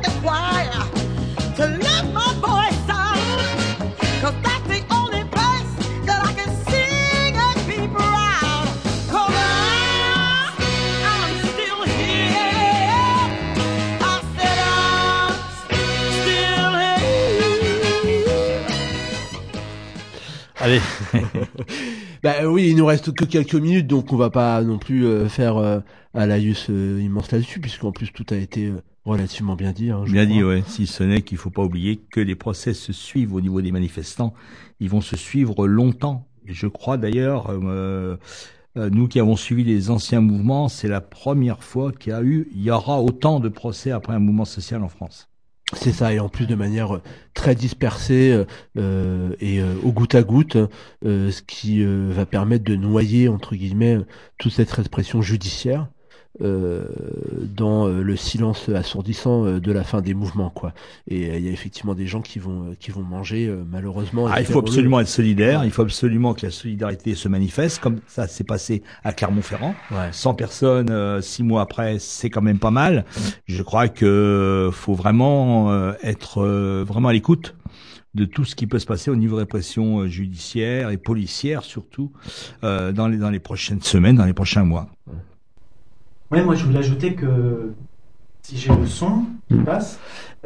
Bah oui, il nous reste que quelques minutes, donc on va pas non plus faire un laïus immense là-dessus, puisqu'en plus tout a été relativement bien dit. Bien dit, ouais. Si ce n'est qu'il faut pas oublier que les procès se suivent au niveau des manifestants, ils vont se suivre longtemps. Et je crois d'ailleurs, nous qui avons suivi les anciens mouvements, c'est la première fois il y aura autant de procès après un mouvement social en France. C'est ça, et en plus de manière très dispersée et au goutte à goutte, ce qui va permettre de noyer, entre guillemets, toute cette répression judiciaire dans le silence assourdissant de la fin des mouvements, quoi. Et il y a effectivement des gens qui vont manger malheureusement. Il faut absolument être solidaire, il faut absolument que la solidarité se manifeste, comme ça s'est passé à Clermont-Ferrand. 100 personnes 6 mois après, c'est quand même pas mal. Je crois que faut vraiment être vraiment à l'écoute de tout ce qui peut se passer au niveau de répression judiciaire et policière, surtout dans les prochaines semaines, dans les prochains mois. Ouais, moi je voulais ajouter que si j'ai le son qui passe,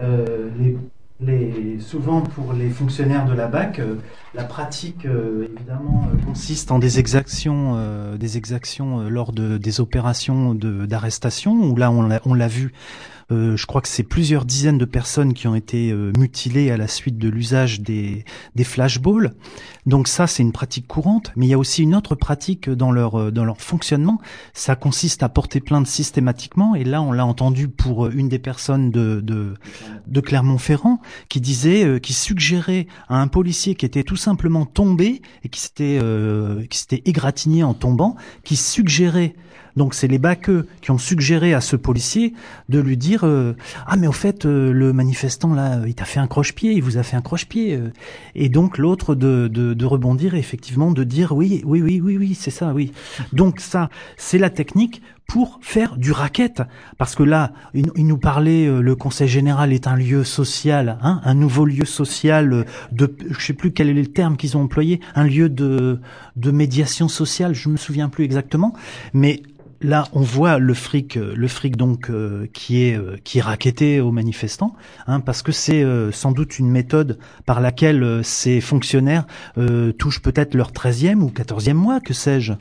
souvent pour les fonctionnaires de la BAC, la pratique évidemment consiste en des exactions lors des opérations d'arrestation, où là on l'a vu. Je crois que c'est plusieurs dizaines de personnes qui ont été mutilées à la suite de l'usage des flashballs. Donc ça, c'est une pratique courante. Mais il y a aussi une autre pratique dans leur fonctionnement. Ça consiste à porter plainte systématiquement. Et là, on l'a entendu pour une des personnes de Clermont-Ferrand qui disait, qui suggérait à un policier qui était tout simplement tombé et qui s'était égratigné en tombant, qui suggérait. Donc c'est les baqueux qui ont suggéré à ce policier de lui dire ah mais au fait le manifestant là il t'a fait un croche-pied, il vous a fait un croche-pied et donc l'autre de rebondir et effectivement de dire oui c'est ça, oui. Donc ça c'est la technique pour faire du racket, parce que là, il nous parlait, le Conseil général est un lieu social, un nouveau lieu social je sais plus quel est le terme qu'ils ont employé, un lieu de médiation sociale, je me souviens plus exactement, mais là, on voit le fric donc qui est racketté aux manifestants, parce que c'est sans doute une méthode par laquelle ces fonctionnaires touchent peut-être leur 13e ou 14e mois, que sais-je.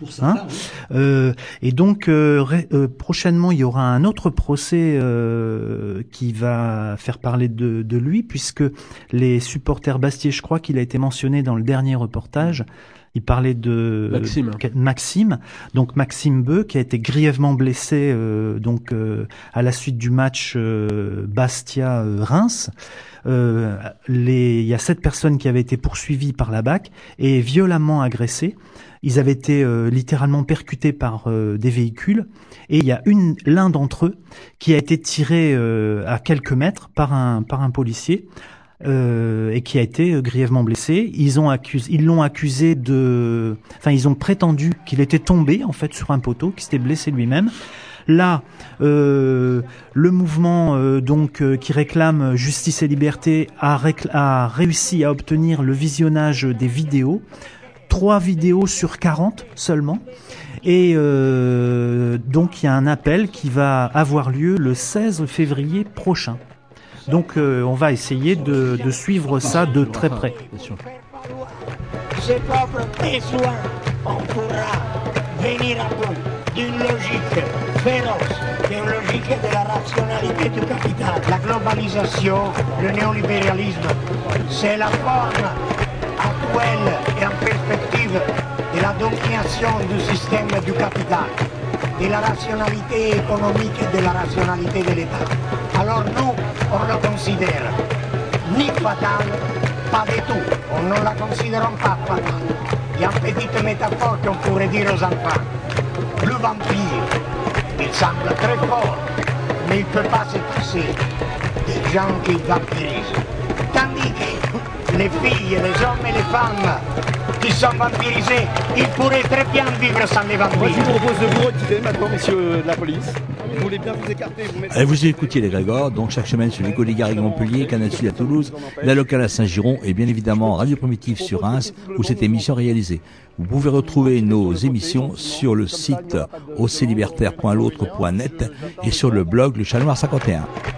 Et donc prochainement, il y aura un autre procès qui va faire parler de lui, puisque les supporters Bastier, je crois qu'il a été mentionné dans le dernier reportage. Il parlait de Maxime, donc Maxime Beu, qui a été grièvement blessé à la suite du match Bastia-Reims. Il y a 7 personnes qui avaient été poursuivies par la BAC et violemment agressées. Ils avaient été littéralement percutés par des véhicules et il y a l'un d'entre eux qui a été tiré à quelques mètres par un policier. Et qui a été grièvement blessé. Ils l'ont accusé ils ont prétendu qu'il était tombé en fait sur un poteau, qu'il s'était blessé lui-même. Là, le mouvement qui réclame justice et liberté a réussi à obtenir le visionnage des vidéos, 3 vidéos sur 40 seulement. Et donc il y a un appel qui va avoir lieu le 16 février prochain. Donc on va essayer de suivre ça de très près. Ses propres besoins, on pourra venir à bout d'une logique féroce, d'une logique de la rationalité du capital. La globalisation, le néolibéralisme, c'est la forme actuelle et en perspective de la domination du système du capital, de la rationalité économique et de la rationalité de l'État. Alors nous, on le considère ni fatal, pas du tout. On ne la considère pas fatale. Il y a une petite métaphore qu'on pourrait dire aux enfants. Le vampire, il semble très fort, mais il ne peut pas se passer des gens qui vampirisent. Tandis que les filles, les hommes et les femmes qui sont vampirisés, ils pourraient très bien vivre sans les vampires. Moi, je vous propose de vous retirer maintenant, messieurs de la police. Vous voulez bien vous écarter, vous mettre... Vous écoutiez les Grégor, donc chaque semaine sur l'Écho des Garrigues Montpellier, Canal Sud à Toulouse, la locale à Saint-Giron et bien évidemment Radio Primitive sur Reims où cette émission est réalisée. Vous pouvez retrouver nos émissions sur le site oclibertaire.l'autre.net et sur le blog Le Chat Noir 51.